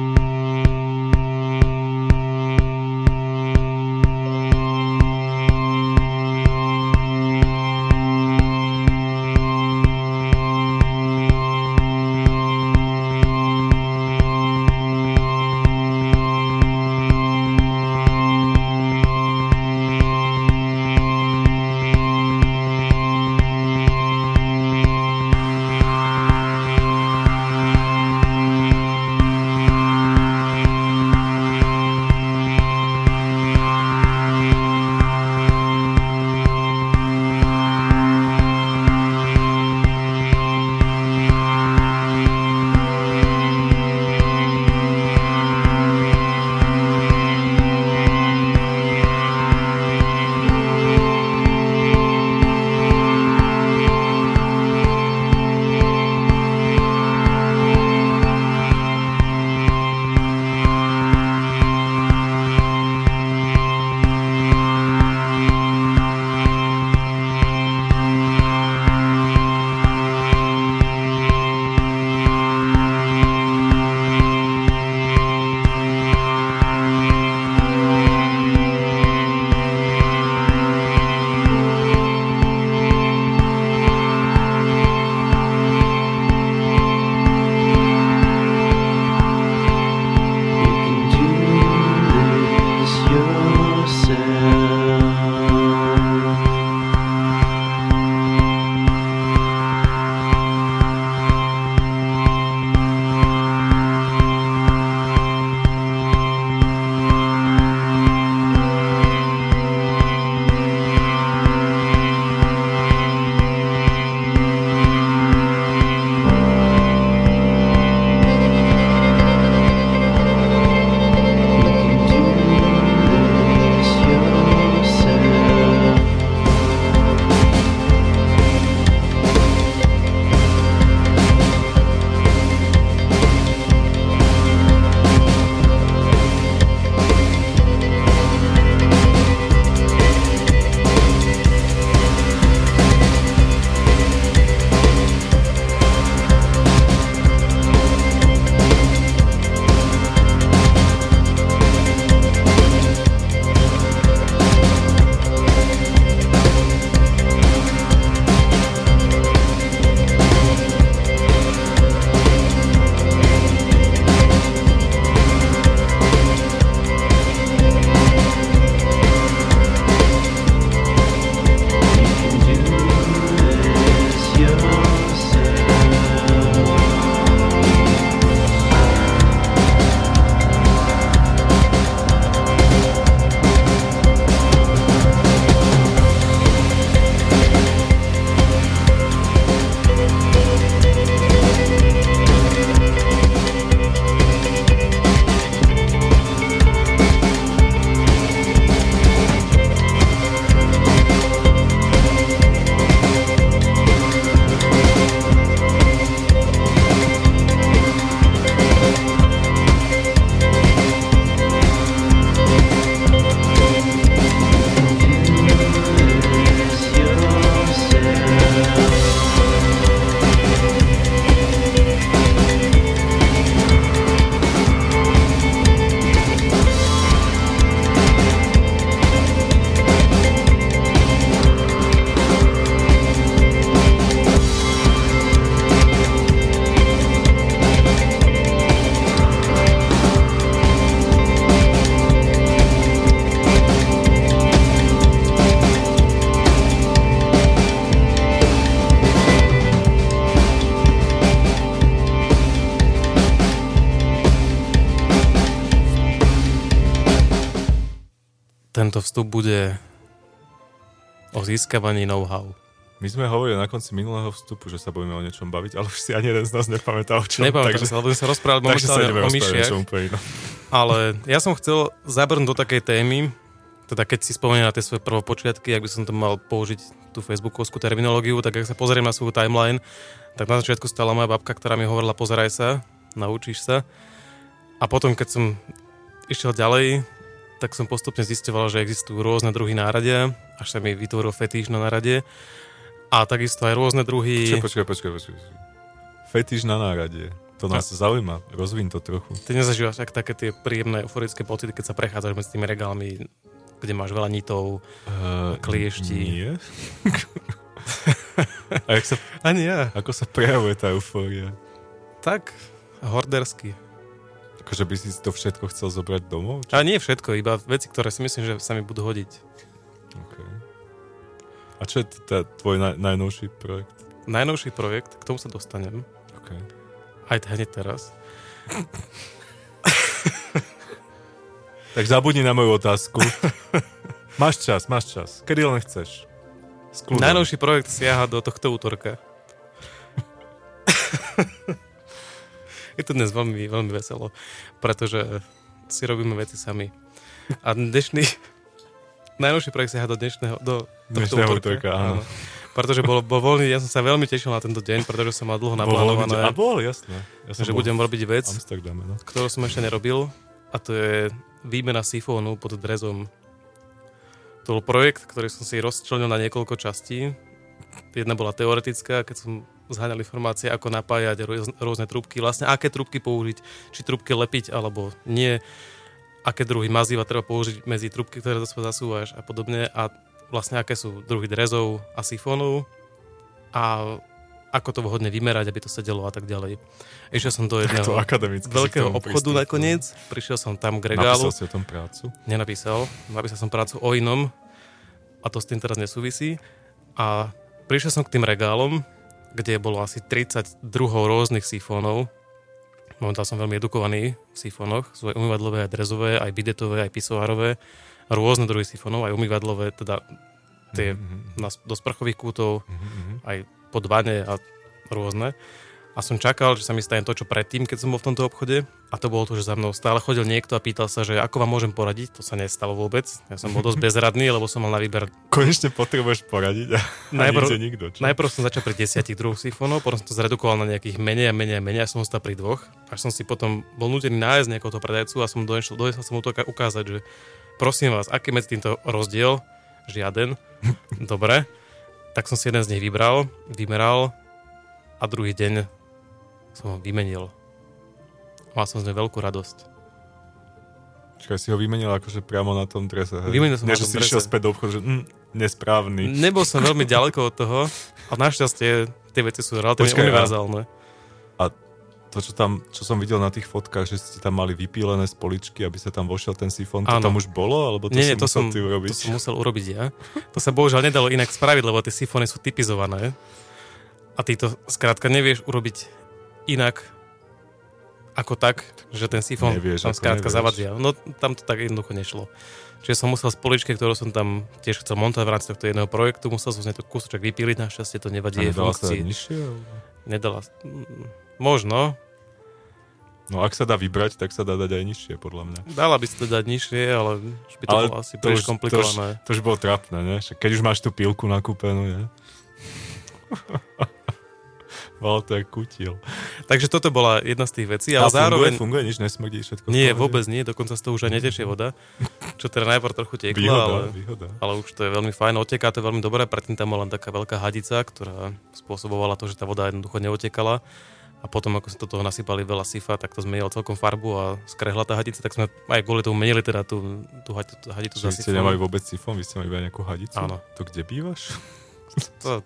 Thank tento vstup bude o získavaní know-how. My sme hovorili na konci minulého vstupu, že sa budeme o niečom baviť, ale už si ani jeden z nás nepamätal o čom. Nepamätal takže, sa, lebo sme sa rozprávali momentálne o myšiach. Ale ja som chcel zabrnúť do takej témy, teda keď si spomeniem na tie svoje prvopočiatky, ak by som to mal použiť tú facebookovskú terminológiu, tak ak sa pozriem na svoju timeline, tak na začiatku stala moja babka, ktorá mi hovorila pozeraj sa, naučíš sa. A potom, keď som išiel ďalej, tak som postupne zisťoval, že existujú rôzne druhy náradia, až sa mi vytvoril fetíš na nárade. A takisto aj rôzne druhy... Počkaj, počkaj, počkaj. Fetíš na náradie. To nás a... zaujíma. Rozvíň to trochu. Ty nezažívaš tak také tie príjemné euforické pocity, keď sa prechádzaš medzi tými regálmi, kde máš veľa nitov, uh, kliešti. Nie. A jak sa... Ani ja. Ako sa prejavuje tá eufória? Tak, hordersky. Akože by si to všetko chcel zobrať domov? Či... A nie všetko, iba veci, ktoré si myslím, že sa mi budú hodiť. Okay. A čo je t- tvoj naj- najnovší projekt? Najnovší projekt, k tomu sa dostanem. Okay. Aj hneď teraz. Tak zabudni na moju otázku. Máš čas, máš čas. Kedy len chceš. Skľudom. Najnovší projekt siaha do tohto útorka. Je to dnes veľmi, veľmi veselo, pretože si robíme veci sami. A dnešný... Najnovší projekt siaha do dnešného... Do dnešného útorka, áno. áno. Pretože bol, bol voľný, ja som sa veľmi tešil na tento deň, pretože som mal dlho naplánované. A bol, jasné. Ja že budem robiť vec, no. ktorú som ešte nerobil. A to je výmena sifónu pod drezom. To bol projekt, ktorý som si rozčlenil na niekoľko častí. Jedna bola teoretická, keď som zháňal informácie, ako napájať rôzne trúbky. Vlastne aké trúbky použiť, či trúbky lepiť, alebo nie. Aké druhy mazíva treba použiť medzi trúbky, ktoré do seba zasúvaš a podobne. A vlastne aké sú druhy drezov a sifónov. A ako to vhodne vymerať, aby to sedelo a tak ďalej. Išiel som do jedného veľkého obchodu nakoniec. Prišiel som tam k regálu. Napísal si o tom prácu? Nenapísal. Napísal som prácu o inom. A to s tým teraz nesúvisí. A prišiel som k tým regálom, kde bolo asi tridsať druhov rôznych sifónov. Momentálne som veľmi edukovaný v sifónoch. Sú aj umývadlové, aj drezové, aj bidetové, aj pisoárové. Rôzne druhy sifónov, aj umývadlové, teda tie mm-hmm. na, do sprchových kútov, mm-hmm. aj pod vane a rôzne. A som čakal, že sa mi stane to, čo predtým, keď som bol v tomto obchode. A to bolo to, že za mnou stále chodil niekto a pýtal sa, že ako vám môžem poradiť. To sa nestalo vôbec. Ja som bol dosť bezradný, lebo som mal na výber... Konečne potrebuješ poradiť a, najprv, a nikto. Čo? Najprv som začal pri desiatich druhoch sifónov, potom som to zredukoval na nejakých menej a menej a menej a som ostal pri dvoch. Až som si potom bol nútený nájsť nejakého toho predajcu a som donesol, donesol som mu to ukázať, že prosím vás, aký medzi týmto rozdiel? Žiaden. Dobre. Tak som si jeden z nich vybral, vymeral a druhý deň som ho vymenil. Mal som z neho veľkú radosť. Čiže si ho vymenil akože priamo na tom drese. Vymenil som Nie, na tom že si drese. išiel späť do obchodu, že mm, nesprávny. Nebol som veľmi ďaleko od toho, ale našťastie tie veci sú relatívne Počkaj, univerzálne. A to, čo, tam, čo som videl na tých fotkách, že ste tam mali vypílené z poličky, aby sa tam vošiel ten sifón, to tam už bolo? Alebo to nie, nie, si to musel som, ty urobiť? to som musel urobiť ja. To sa bohužiaľ nedalo inak spraviť, lebo tie sifóny sú typizované. A ty to skrátka nevieš urobiť inak ako tak, že ten sifón nevieš, tam skrátka zavadzia. No tam to tak jednoducho nešlo. Čiže som musel z poličky, ktorú som tam tiež chcel montovať v rámci tohto jedného projektu, musel som z nej to kúsoček vypíliť, našťastie to nevadí jej funkcii. Nedala sa Možno. No ak sa dá vybrať, tak sa dá dať aj nižšie, podľa mňa. Dala by sa to dať nižšie, ale už by to ale bolo asi to príliš už, komplikované. To už, to už bolo trápne, ne? Keď už máš tú pilku nakúpenú, ne? Malo to jak kutil. Takže toto bola jedna z tých vecí, ale a zároveň... funguje, funguje, nič nesmrdí, všetko. Nie, vôbec nie, dokonca z toho už aj netečie voda, čo teda najprv trochu tiekla, výhoda, ale, výhoda. ale už to je veľmi fajn, oteká to veľmi dobre, predtým tam bola len taká veľká hadica, ktorá spôsobovala to, že tá voda jednoducho neotekala a potom ako sme do toho nasypali veľa sifa, tak to zmenilo celkom farbu a skrehla tá hadica, tak sme aj kvôli tomu menili teda tú, tú hadicu za Vy sifón. ste nemali vôbec sifón, vy ste mali iba nejakú hadicu? Áno. To kde bývaš? To...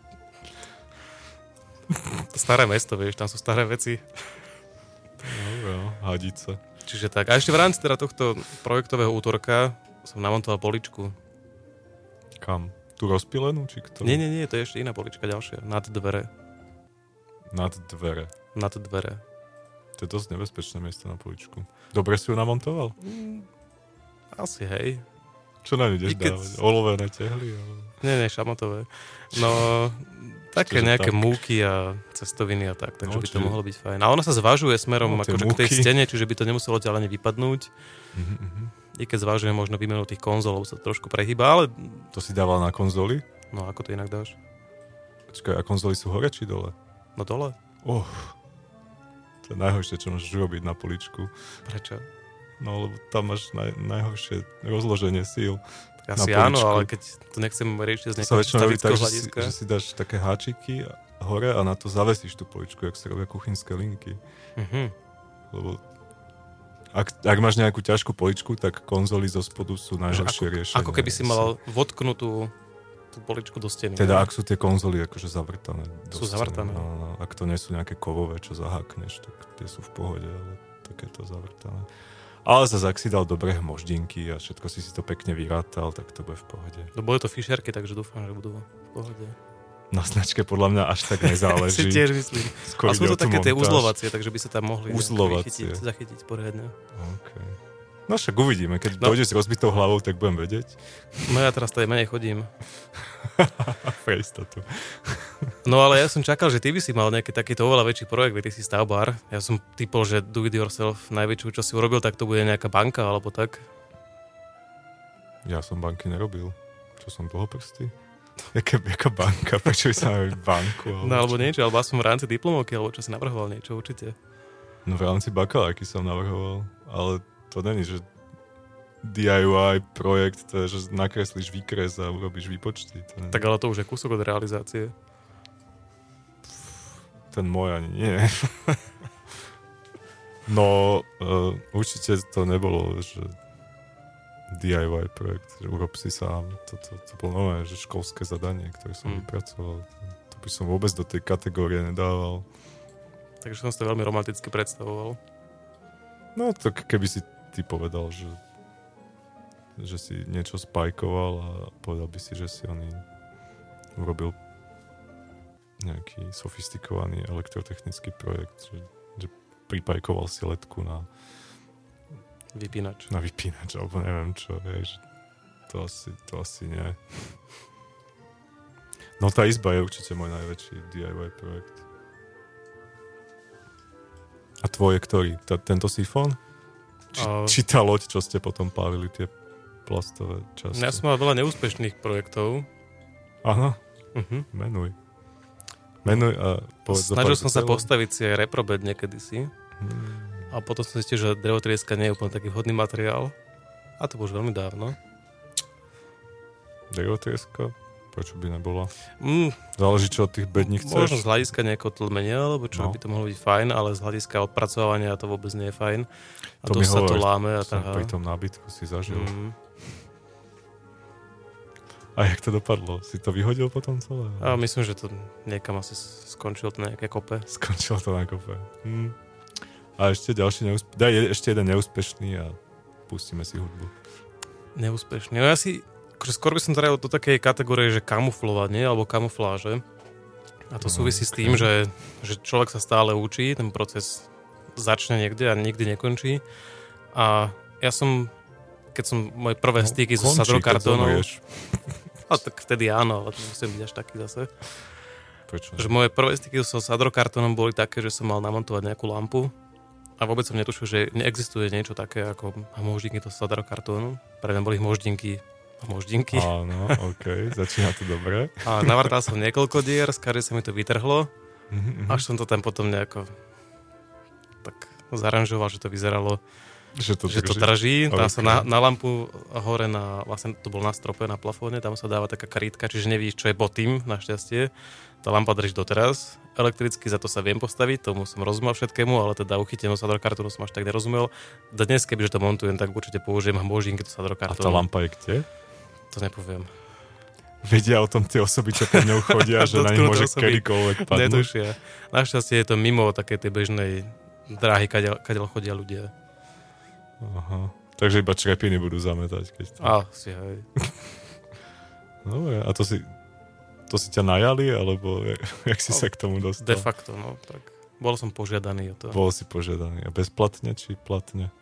To staré mesto, vieš, tam sú staré veci. No, hadice. Čiže tak. A ešte v rámci teda tohto projektového útorka som namontoval poličku. Kam? Tu rozpilenú, či kto? Nie, nie, nie, to je ešte iná polička ďalšia. Nad dvere. Nad dvere. Nad dvere. To je dosť nebezpečné miesto na poličku. Dobre si ju namontoval? Mm, asi hej. Čo na ňu ideš keď... dávať? Olovené tehly? Ale... Nie, nie, šamotové. No, také Čiže nejaké tak. múky a cestoviny a tak, takže No, by to čiže- mohlo byť fajn. A ona sa zvažuje smerom No, tie akože k tej múky. stene, čiže by to nemuselo ďalej vypadnúť. Mhm, mhm. I keď zvažuje možno výmenu tých konzolov, sa trošku prehýba, ale To si dával na konzoli? no ako to inak dáš? Počkaj, a konzoly sú hore či dole? No dole? Oh, to je najhoršie, čo môžeš robiť na poličku. Prečo? No, lebo tam máš naj, najhoršie rozloženie síl. Tak asi Na áno, poličku. ale keď to nechcem riešiť z To sa nejakého väčšinou robí statického tak, že si, hľadiska. že si dáš také háčiky hore a na to zavesíš tú poličku, jak sa robia kuchynské linky. Mhm. Lebo ak, ak máš nejakú ťažkú poličku, tak konzoly zo spodu sú Že najhoršie ako, riešenie. ako keby si mal votknutú tú poličku do steny. Teda ne? ak sú tie konzoly akože zavrtané. do Sú scény, zavrtané. No, no, ak to nie sú nejaké kovové, čo zahákneš, tak tie sú v pohode, ale takéto zavrtané. Ale zase, ak si dal dobré hmoždinky a všetko si si to pekne vyrátal, tak to bude v pohode. No boli to Fischerky, takže dúfam, že budú v pohode. Na značke podľa mňa až tak Si nezáleží. tiež myslím. Skôr A sú ide to o tú také tie montáž. uzlovacie, takže by sa tam mohli Uzlovacie. chytiť, zachytiť poriadne. Okay. No však uvidíme, keď No. no. dojde s rozbitou hlavou, tak budem vedieť. No ja teraz tady menej chodím. Pre istotu. No ale ja som čakal, že ty by si mal nejaký takýto oveľa väčší projekt, veď ty si stavbár. Ja som typol, že do it yourself najväčšiu, čo si urobil, tak to bude nejaká banka alebo tak. Ja som banky nerobil. Čo som dlhoprstý? Jaká, jaká banka? Prečo by sa mal banku? No alebo niečo, alebo aspoň v rámci diplomovky, alebo čo si navrhoval niečo určite. No v rámci bakalárky som navrhoval, ale to není, že dé í vaj projekt, to je, že nakreslíš výkres a urobíš výpočty. To nie. Tak ale to už je kúsok od realizácie. Ten môj ani nie. No, uh, určite to nebolo, že dé í vaj projekt, že urob si sám. Toto to, to bolo nové, že školské zadanie, ktoré som Mm. vypracoval. To by som vôbec do tej kategórie nedával. Takže som si to veľmi romanticky predstavoval. No, to k- keby si ty povedal, že, že si niečo spajkoval a povedal by si, že si oný urobil nejaký sofistikovaný elektrotechnický projekt, že, že pripajkoval si letku na, Vypínač. na vypínač, alebo neviem čo, vieš. To asi, to asi nie. No tá izba je určite môj najväčší dé í vaj projekt. A tvoje ktorý? T- tento sifón? Či, A- či tá loď, čo ste potom pálili, tie plastové časti? Ja som mal veľa neúspešných projektov. Aha, Uh-huh. menuj. Menuj a povedz zo Snažil pár som sa detailov. postaviť si aj reprobed niekedysi. Hmm. A potom som zistil, že drevotrieska nie je úplne taký vhodný materiál. A to bolo už veľmi dávno. Drevotrieska? Prečo by nebola? Mm, Záleží, čo od tých bední možno chceš. z hľadiska nejakého tlmenia, alebo čo No. by to mohlo byť fajn, ale z hľadiska odpracovania to vôbec nie je fajn. A To to mi sa to hovoríš, láme a Som tak. pri tom nábytku si zažil. Mm. A jak to dopadlo? Si to vyhodil potom celé? A myslím, že to niekam asi skončilo to na nejaké kope. Skončilo to na kope. Hm. A ešte ďalší neúspešný. Daj je- ešte jeden neúspešný a pustíme si hudbu. Neúspešný. No ja si, akože skôr by som to radil do takej kategórie, že kamuflovanie alebo kamufláže. A to súvisí s tým, že, že človek sa stále učí, ten proces začne niekde a nikdy nekončí. A ja som, keď som moje prvé styky so Končí, keď sadrokartónom, zomrieš. a tak vtedy áno, ale to musím byť až taký zase. Prečo? Že moje prvé styky so sadrokartónom boli také, že som mal namontovať nejakú lampu a vôbec som netušil, že neexistuje niečo také ako hmoždinky do sadrokartónu. Pre mňa boli hmoždinky hmoždinky. Áno, okej, začína to dobre. A navrtal som niekoľko dier, z každej sa mi to vytrhlo, Mhm, mhm. až som to tam potom nejako tak zaranžoval, že to vyzeralo, Že to že to drží? drží. Tam Ok. sa na, na lampu hore, na, vlastne to bol na strope, na plafóne, tam sa dáva taká karítka, čiže nevidíš, čo je pod tým, našťastie. Tá lampa drží doteraz. Elektricky za to sa viem postaviť, tomu som rozumel všetkému, ale teda uchytenú sadrokartónu som až tak nerozumel. Dnes, kebyže to montujem, tak určite použijem hmoždinky do A sadrokartónu. tá lampa je kde? To nepoviem. Vedia o tom tie osoby, čo pod ňou chodia, že na nich Dotknuté môže osoby kedykoľvek padnúť. Netušia. Našťastie je to mimo také tej bežnej dráhy, kadeľ, kadeľ chodia ľudia. Aha. Takže iba črepiny budú zametať. Keď to... Asi, hej. Dobre, a to si, to si ťa najali, alebo jak, jak si sa k tomu dostal? De facto, no. Tak. Bol som požiadaný o to. Bol si požiadaný. A bezplatne, či platne?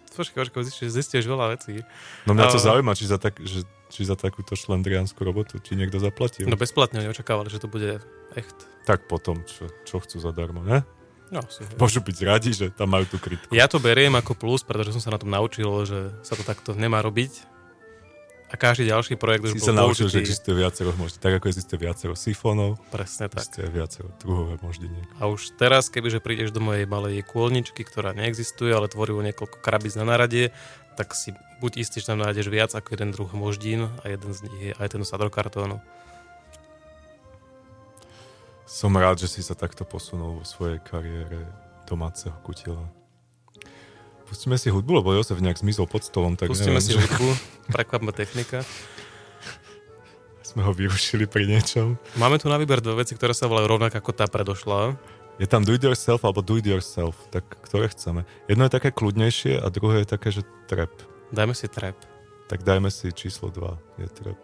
Počkaj, počkaj, zistíš, zistíš veľa vecí. No mňa to A- zaujíma, či za, tak, že, či za takúto šlendriánsku robotu, či niekto zaplatil. No bezplatne oni očakávali, že to bude echt. Tak potom, čo, čo chcú zadarmo, ne? No, si, Môžu byť radi, že tam majú tú krytku. ja to beriem ako plus, pretože som sa na tom naučil, že sa to takto nemá robiť. A každý ďalší projekt už Si bol sa naučil, že použitý. existuje viacero moždí. Tak ako existuje viacero sifónov, Presne tak. existuje viacero druhové moždiniek. A už teraz, kebyže prídeš do mojej malej kôlničky, ktorá neexistuje, ale tvorí niekoľko krabíc na naradie, tak si buď istý, že tam nájdeš viac ako jeden druh moždín a jeden z nich je aj ten z adrokartónu. Som rád, že si sa takto posunul vo svojej kariére domáceho kutila. Pustíme si hudbu, lebo Jozef nejak zmizol pod stolom, tak Pustíme neviem, si že hudbu, prekvapme technika. sme ho vyrušili pri niečom. Máme tu na výber dve veci, ktoré sa volajú rovnako ako tá predošla. Je tam do it yourself alebo do it yourself, tak ktoré chceme. Jedno je také kľudnejšie a druhé je také, že trap. Dajme si trap. Tak dajme si číslo dva, je trap.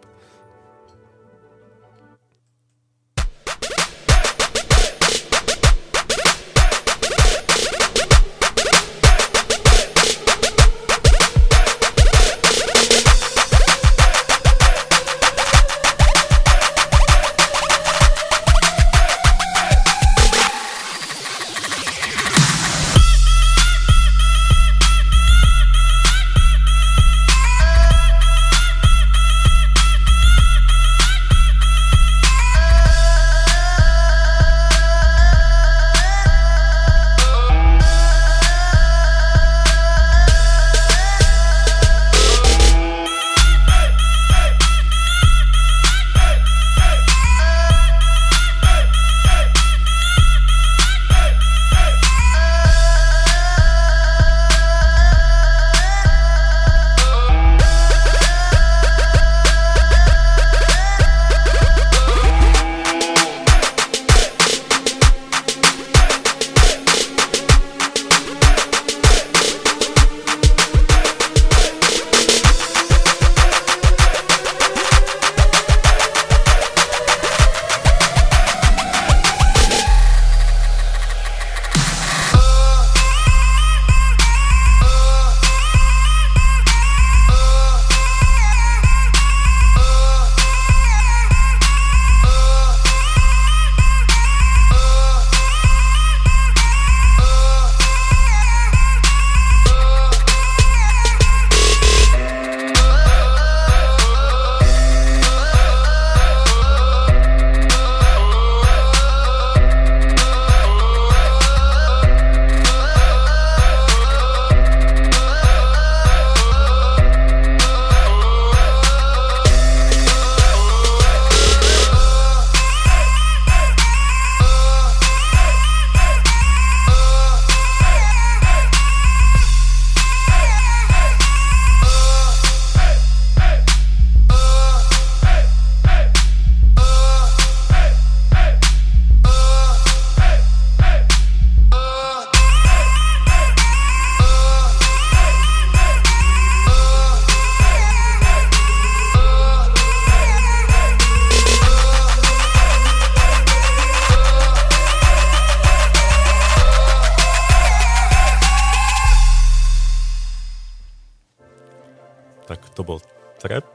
Tak to bol trap.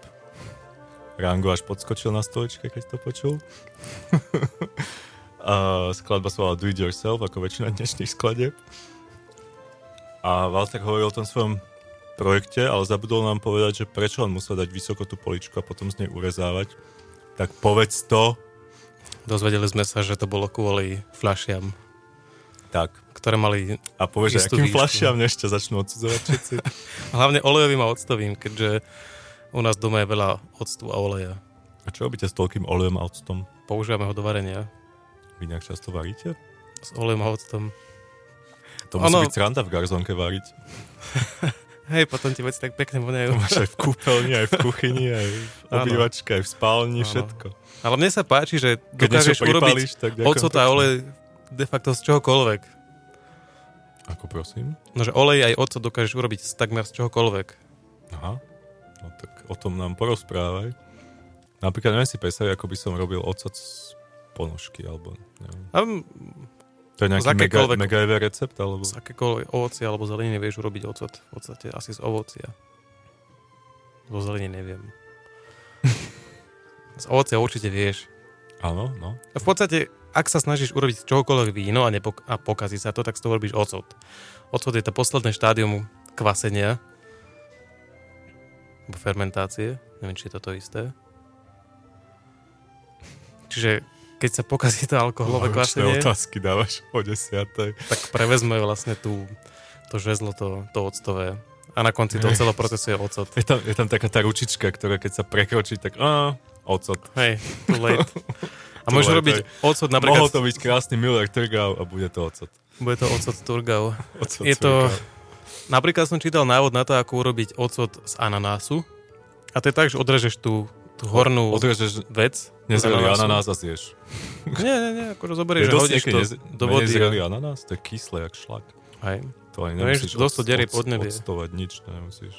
Rango až podskočil na stoličke, keď to počul. A skladba sa volá Do It Yourself, ako väčšina dnešných skladieb. A Walter hovoril o tom svojom projekte, ale zabudol nám povedať, že prečo on musel dať vysoko tú poličku a potom z nej urezávať. Tak povedz to. Dozvedeli sme sa, že to bolo kvôli fľašiam, Tak. ktoré mali A povedz, že istú akým výšku. fľašiam ešte začnú odsudzovať všetci. Hlavne olejovým a octovým, keďže u nás doma je veľa octu a oleja. A čo robíte s toľkým olejom a octom? Používame ho do varenia Vy nejak často varíte? s olejom a octom. To musí Ono- byť sranda v garzónke variť. Hej, potom ti veci tak pekne voňajú. To máš aj v kúpeľni, aj v kuchyni, aj v Áno. obývačke, aj v spálni, Áno. všetko. Ale mne sa páči, že Keď niečo dokážeš urobiť pripálíš, tak ďakujem ocot a pekne. olej de facto z čohokoľvek. Ako prosím? No, že olej aj ocot dokážeš urobiť z takmer z čohokoľvek. Aha. No tak o tom nám porozprávaj. Napríklad neviem si predstaviť, ako by som robil ocot z ponožky, alebo neviem. A m- To je nejaký mega, mega recept? Alebo... Z akékoľvek ovocia alebo zeleniny vieš urobiť ocot. V podstate asi z ovocia. Zo zeleniny neviem. Z ovocia určite vieš. Áno, no. V podstate, ak sa snažíš urobiť čokoľvek víno a, nepok- a pokazí sa to, tak z toho robíš ocot. Ocot je to posledné štádium kvasenia. Alebo fermentácie. Neviem, či je to to isté. Čiže keď sa pokazí to alkoholové kvasenie, otázky dávaš o desiatej. Tak prevezme vlastne tú, to žezlo, to, to octové. A na konci toho celého procesu je ocot. Je tam, je tam taká tá ručička, ktorá keď sa prekročí, tak á, ocot. Hej, too late. A môžeš robiť ocot napríklad... Mohol to byť krásny Müller Thurgau a bude to ocot. Bude to ocot Thurgau. Ocot je to... Napríklad som čítal návod na to, ako urobiť ocot z ananásu. A to je tak, že odrežeš tú, tú hornú odrežeš vec. Nezrelý ananás a zješ. Nie, nie, nie, akože zoberieš, že hodíš to nez... do vody. Nezrelý ananás? To je kyslé, jak šlak. Hej. To ani nemusíš no, dosť derie pod nebie. Odstovať nič, to nemusíš.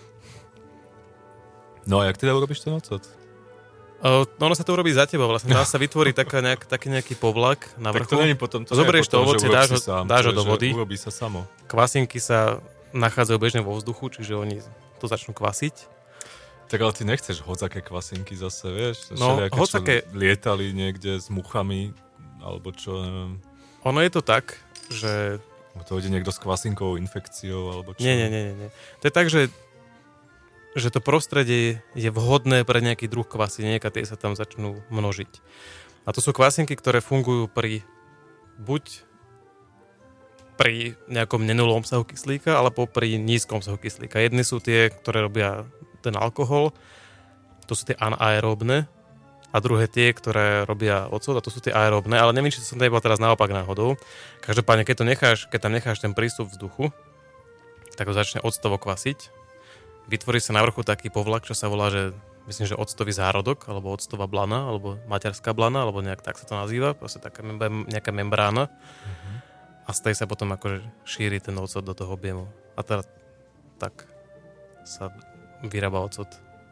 No a jak teda urobíš ten ocot? Uh, no ono sa to urobí za teba vlastne. Dá sa vytvoriť taká nejak, taký nejaký povlak na vrchu. Tak to není potom... To zoberieš to ovocie, dáš ho, sám, dáš ho do vody. Urobí sa samo. Kvasinky sa nachádzajú bežne vo vzduchu, čiže oni to začnú kvasiť. Tak ale ty nechceš hocaké kvasinky zase, vieš? No, všelijaké, hocaké... čo lietali niekde s muchami, alebo čo, neviem. Ono je to tak, že... To ide niekto s kvasinkovou infekciou, alebo čo? Nie, nie, nie, nie. To je tak, že, že to prostredie je vhodné pre nejaký druh kvasiniek a tie sa tam začnú množiť. A to sú kvasinky, ktoré fungujú pri buď pri nejakom nenulom obsahu kyslíka, alebo pri nízkom obsahu kyslíka. Jedny sú tie, ktoré robia ten alkohol, to sú tie anaeróbne, a druhé tie, ktoré robia ocot, a to sú tie aeróbne, ale neviem, či som to nebol teraz naopak náhodou. Každopádne, keď, to necháš, keď tam necháš ten prístup vzduchu, tak ho začne octovo kvasiť. Vytvorí sa na vrchu taký povlak, čo sa volá, že myslím, že octový zárodok, alebo octová blana, alebo materská blana, alebo nejak tak sa to nazýva, proste taká mem- nejaká membrána. Mm-hmm. A z tej sa potom akože šíri ten ocot do toho objemu. A teda tak sa vyrába ocot.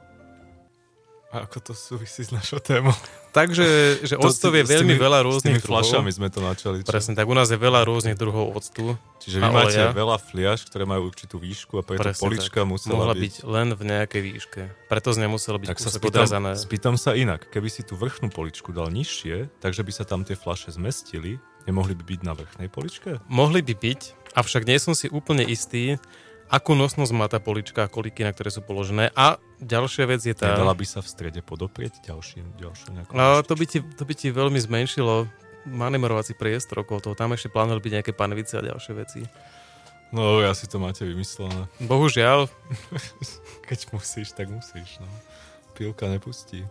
A ako to súvisí s našou témou? Takže, že octov je veľmi tými, veľa rôznych druhov. S tými fľašami sme to načali. Čo? Presne, tak u nás je veľa rôznych druhov octu. Čiže vy máte oleja. Veľa fliaš, ktoré majú určitú výšku a preto presne, polička tak. musela Mohla byť... byť len v nejakej výške. Preto z nej muselo byť tak kúsok spýtam, odrazané. Spýtam sa inak. Keby si tú vrchnú poličku dal nižšie, takže by sa tam tie fľaše zmestili, nemohli by byť na vrchnej poličke? Mohli by byť, avšak nie som si úplne istý, akú nosnosť má tá polička a koliky, na ktoré sú položené. A ďalšia vec je tá... Nedala by sa v strede podoprieť ďalším, ďalším nejakou... No, to by, ti, to by ti veľmi zmenšilo manevrovací priestor okolo toho. Tam ešte plánovali byť nejaké panvice a ďalšie veci. No, ja si to máte vymyslené. Bohužiaľ. Keď musíš, tak musíš, no. Pilka nepustí.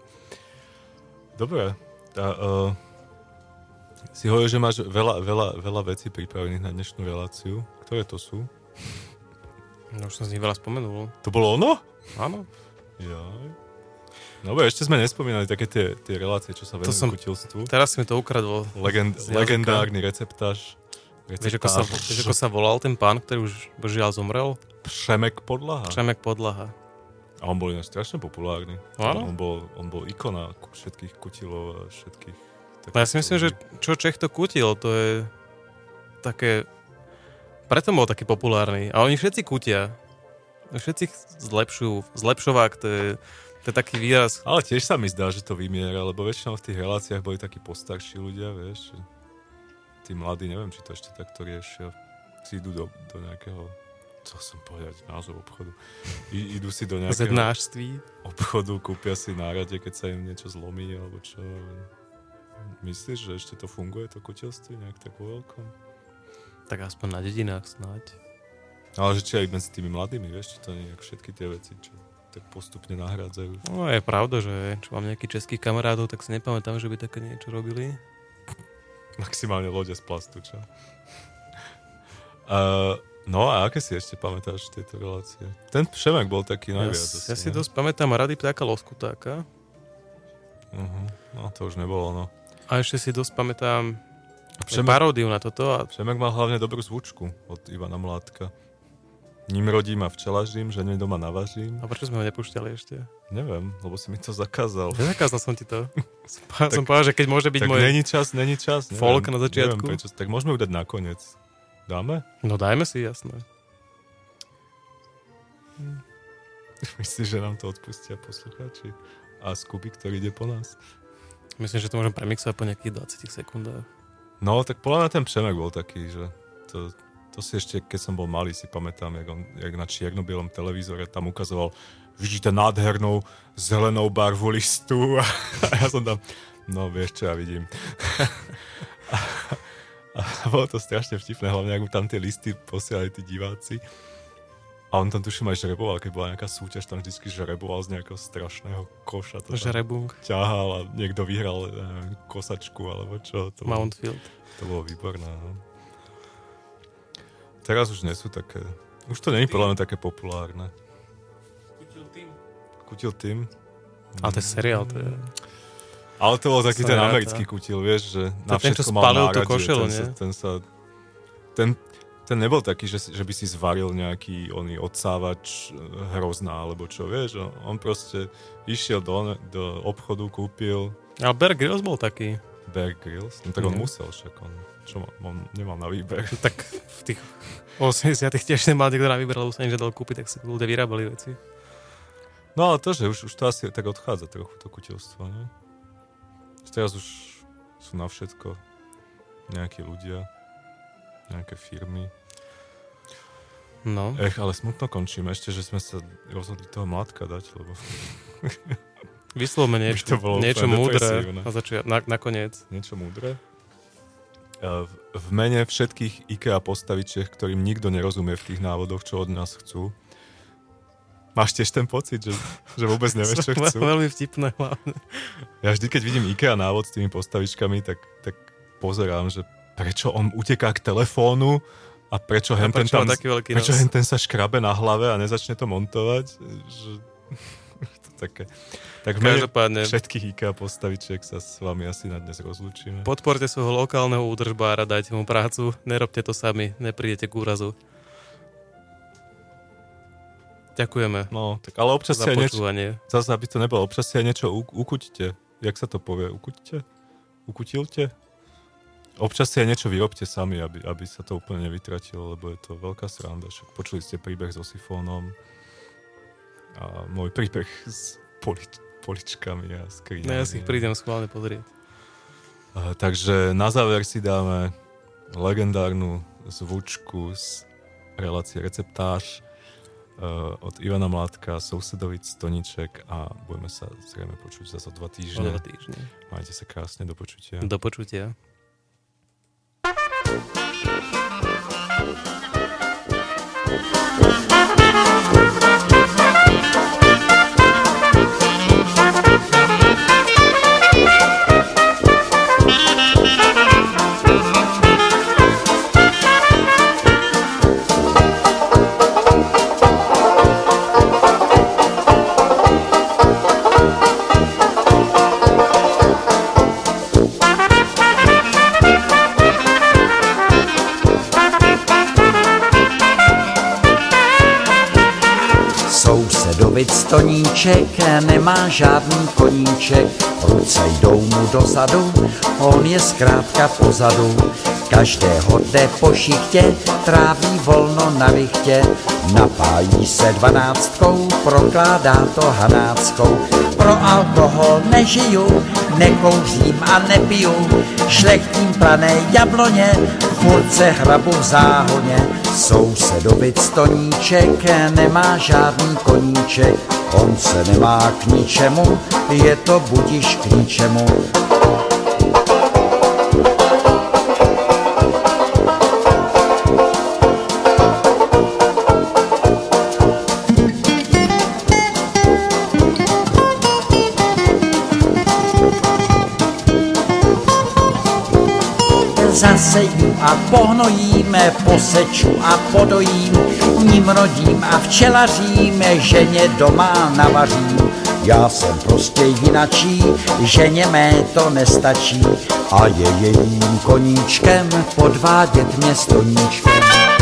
Dobre. Tá, uh, si hovoril, že máš veľa, veľa, veľa vecí pripravených na dnešnú reláciu. Ktoré to sú? No už som z nich veľa spomenul. To bolo ono? Áno. Jaj. No bo ešte sme nespomínali také tie, tie relácie, čo sa venujú som, kutilstvu. Teraz si mi to ukradol. Legend, legendárny receptáž. Vieš ako, sa, vieš, ako sa volal ten pán, ktorý už žiaľ zomrel? Přemek Podlaha. Přemek Podlaha. A on bol ináč strašne populárny. Áno? On bol, on bol ikona všetkých kutilov a všetkých... No ja si myslím, že čo Čech to kutil, to je také... Preto bol taký populárny. A oni všetci kutia. Všetci zlepšujú. Zlepšovák, to je, to je taký výraz. Ale tiež sa mi zdá, že to vymiera, lebo väčšinou v tých reláciách boli takí postarší ľudia, vieš. Tí mladí, neviem, či to ešte takto riešia. Si idú do, do nejakého, co som povedať, názov obchodu. I, idú si do nejakého zednářství obchodu, kúpia si nárade, keď sa im niečo zlomí, alebo čo. Myslíš, že ešte to funguje, to kutilstvo, nejak tak vo veľkom? Tak aspoň na dedinách snáď. Ale že či aj medzi tými mladými, vieš, či to nejak všetky tie veci, čo tak postupne nahrádzajú. No je pravda, že čo mám nejakých českých kamarátov, tak si nepamätám, že by také niečo robili. Maximálne lode z plastu, čo? uh, no a aké si ešte pamätáš tieto relácie? Ten Přemek bol taký najviac. Ja, ja si dosť pamätám Rady ptáka Loskutáka. Uh-huh. No to už nebolo, no. A ešte si dosť pamätám Přemek, paródiu na toto. A... Přemek mal hlavne dobrú zvučku od Ivana Mládka. Ním rodím a včelažím, žene doma navažím. A prečo sme ho nepúšťali ešte? Neviem, lebo si mi to zakázal. Nezakázal som ti to. Tak, som povedal, že keď môže byť tak môj... není čas, není čas. Neviem, folk na začiatku. Neviem, prečo, tak môžeme ju dať nakoniec. Dáme? No dajme si, jasné. Myslíš, že nám to odpustia poslucháči? A Scooby, ktorý ide po nás? Myslím, že to môžem premixovať po nejakých dvadsať sekundách. No, tak podľa mňa ten Přemek bol taký, že to, to si ešte, keď som bol malý, si pamätám, jak, on, jak na čierno-bielom televízore tam ukazoval, vidíte nádhernou zelenou barvu listu a, a ja som tam, no vieš čo ja vidím. a, a bolo to strašne vtipné, hlavne ak mu tam tie listy posielali tí diváci. A on tam tuším aj žreboval, keď bola nejaká súťaž, tam vždycky žreboval z nejakého strašného koša. To Žrebung. Ťahal a niekto vyhral neviem, kosačku alebo čo. To Mountfield. Bolo, to bolo výborné. No. Teraz už nie sú také, už to nie je podľa mňa také populárne. Kutil tým. Kutil tým? Ale to je seriál, to je... Ale to bol taký ten Srata. americký kutil, vieš, že na ten, všetko čo mal spálil tú nárad, košelu, ten, nie? sa, ten sa... Ten, ten nebol taký, že, že by si zvaril nejaký oný odsávač hrozná, alebo čo, vieš. On proste išiel do, do obchodu, kúpil... Ale Bear Grylls bol taký. Bear Grylls? No tak on Nie. musel, však on... Čo, on nemal na výber. Tak v tých osemdesiatych tiež nemal niekto na výber, lebo sa nič nedal kúpiť, tak si ľudia vyrábali veci. No ale to, že už, už to asi tak odchádza trochu, to kutilstvo, nie? Teraz už sú na všetko nejakí ľudia, nejaké firmy. No. Ech, ale smutno končíme. Ešte, že sme sa rozhodli toho mladka dať, lebo... Vyslovme niečo, to bolo niečo úplne múdre depresívne. na začiat, na, nakoniec. Niečo múdre? V, v mene všetkých IKEA postavičiek, ktorým nikto nerozumie v tých návodoch, čo od nás chcú. Máš tiež ten pocit, že, že vôbec nevieš, čo chcú? Veľmi vtipné hlavne. Ja vždy, keď vidím IKEA návod s tými postavičkami, tak, tak pozerám, že prečo on uteká k telefónu a prečo A henten prečo má tam, taký veľký prečo nos? henten sa škrabe na hlave a nezačne to montovať. Že... to také. Tak v mene Každopádne. všetkých IKEA postavičiek sa s vami asi na dnes rozlúčime. Podporte svojho lokálneho údržbára, dajte mu prácu, nerobte to sami, neprídete k úrazu. Ďakujeme. No, tak ale občas si za aj niečo, počúvanie. zase aby to nebolo, občas si aj niečo u, ukuťte. Jak sa to povie? Ukuťte? Ukutilte? Občas si aj niečo vyrobte sami, aby, aby sa to úplne nevytratilo, lebo je to veľká sranda. Však počuli ste príbeh so sifónom a môj príbeh s polič, poličkami a skriňami. No, ja si ich prídem schválne pozrieť. Uh, takže na záver si dáme legendárnu zvučku z relácie Receptáž uh, od Ivana Mládka, Sousedovic Stoniček a budeme sa zrejme počuť zase o dva týždne. O dva týždne. Majte sa krásne, do počutia. Do počutia. Stoníček nemá žádný koníček, ruce jdou mu dozadu, on je zkrátka pozadu. Každého jde po šichtě, tráví volno na vichtě, napájí se dvanáctkou, prokládá to hanáckou. Pro alkohol nežiju, nekouřím a nepiju, šlechtím plané jabloně, furt se hrabu v záhoně. Sousedovic Stoníček nemá žádný koníček, on se nemá k ničemu, je to budiš k ničemu. Zaseju a pohnojím, poseču a podojím, ním rodím a včelařím, ženě doma navařím. Já jsem prostě jinačí, ženě mé to nestačí a je jejím koníčkem podvádět mě Stoníčkem.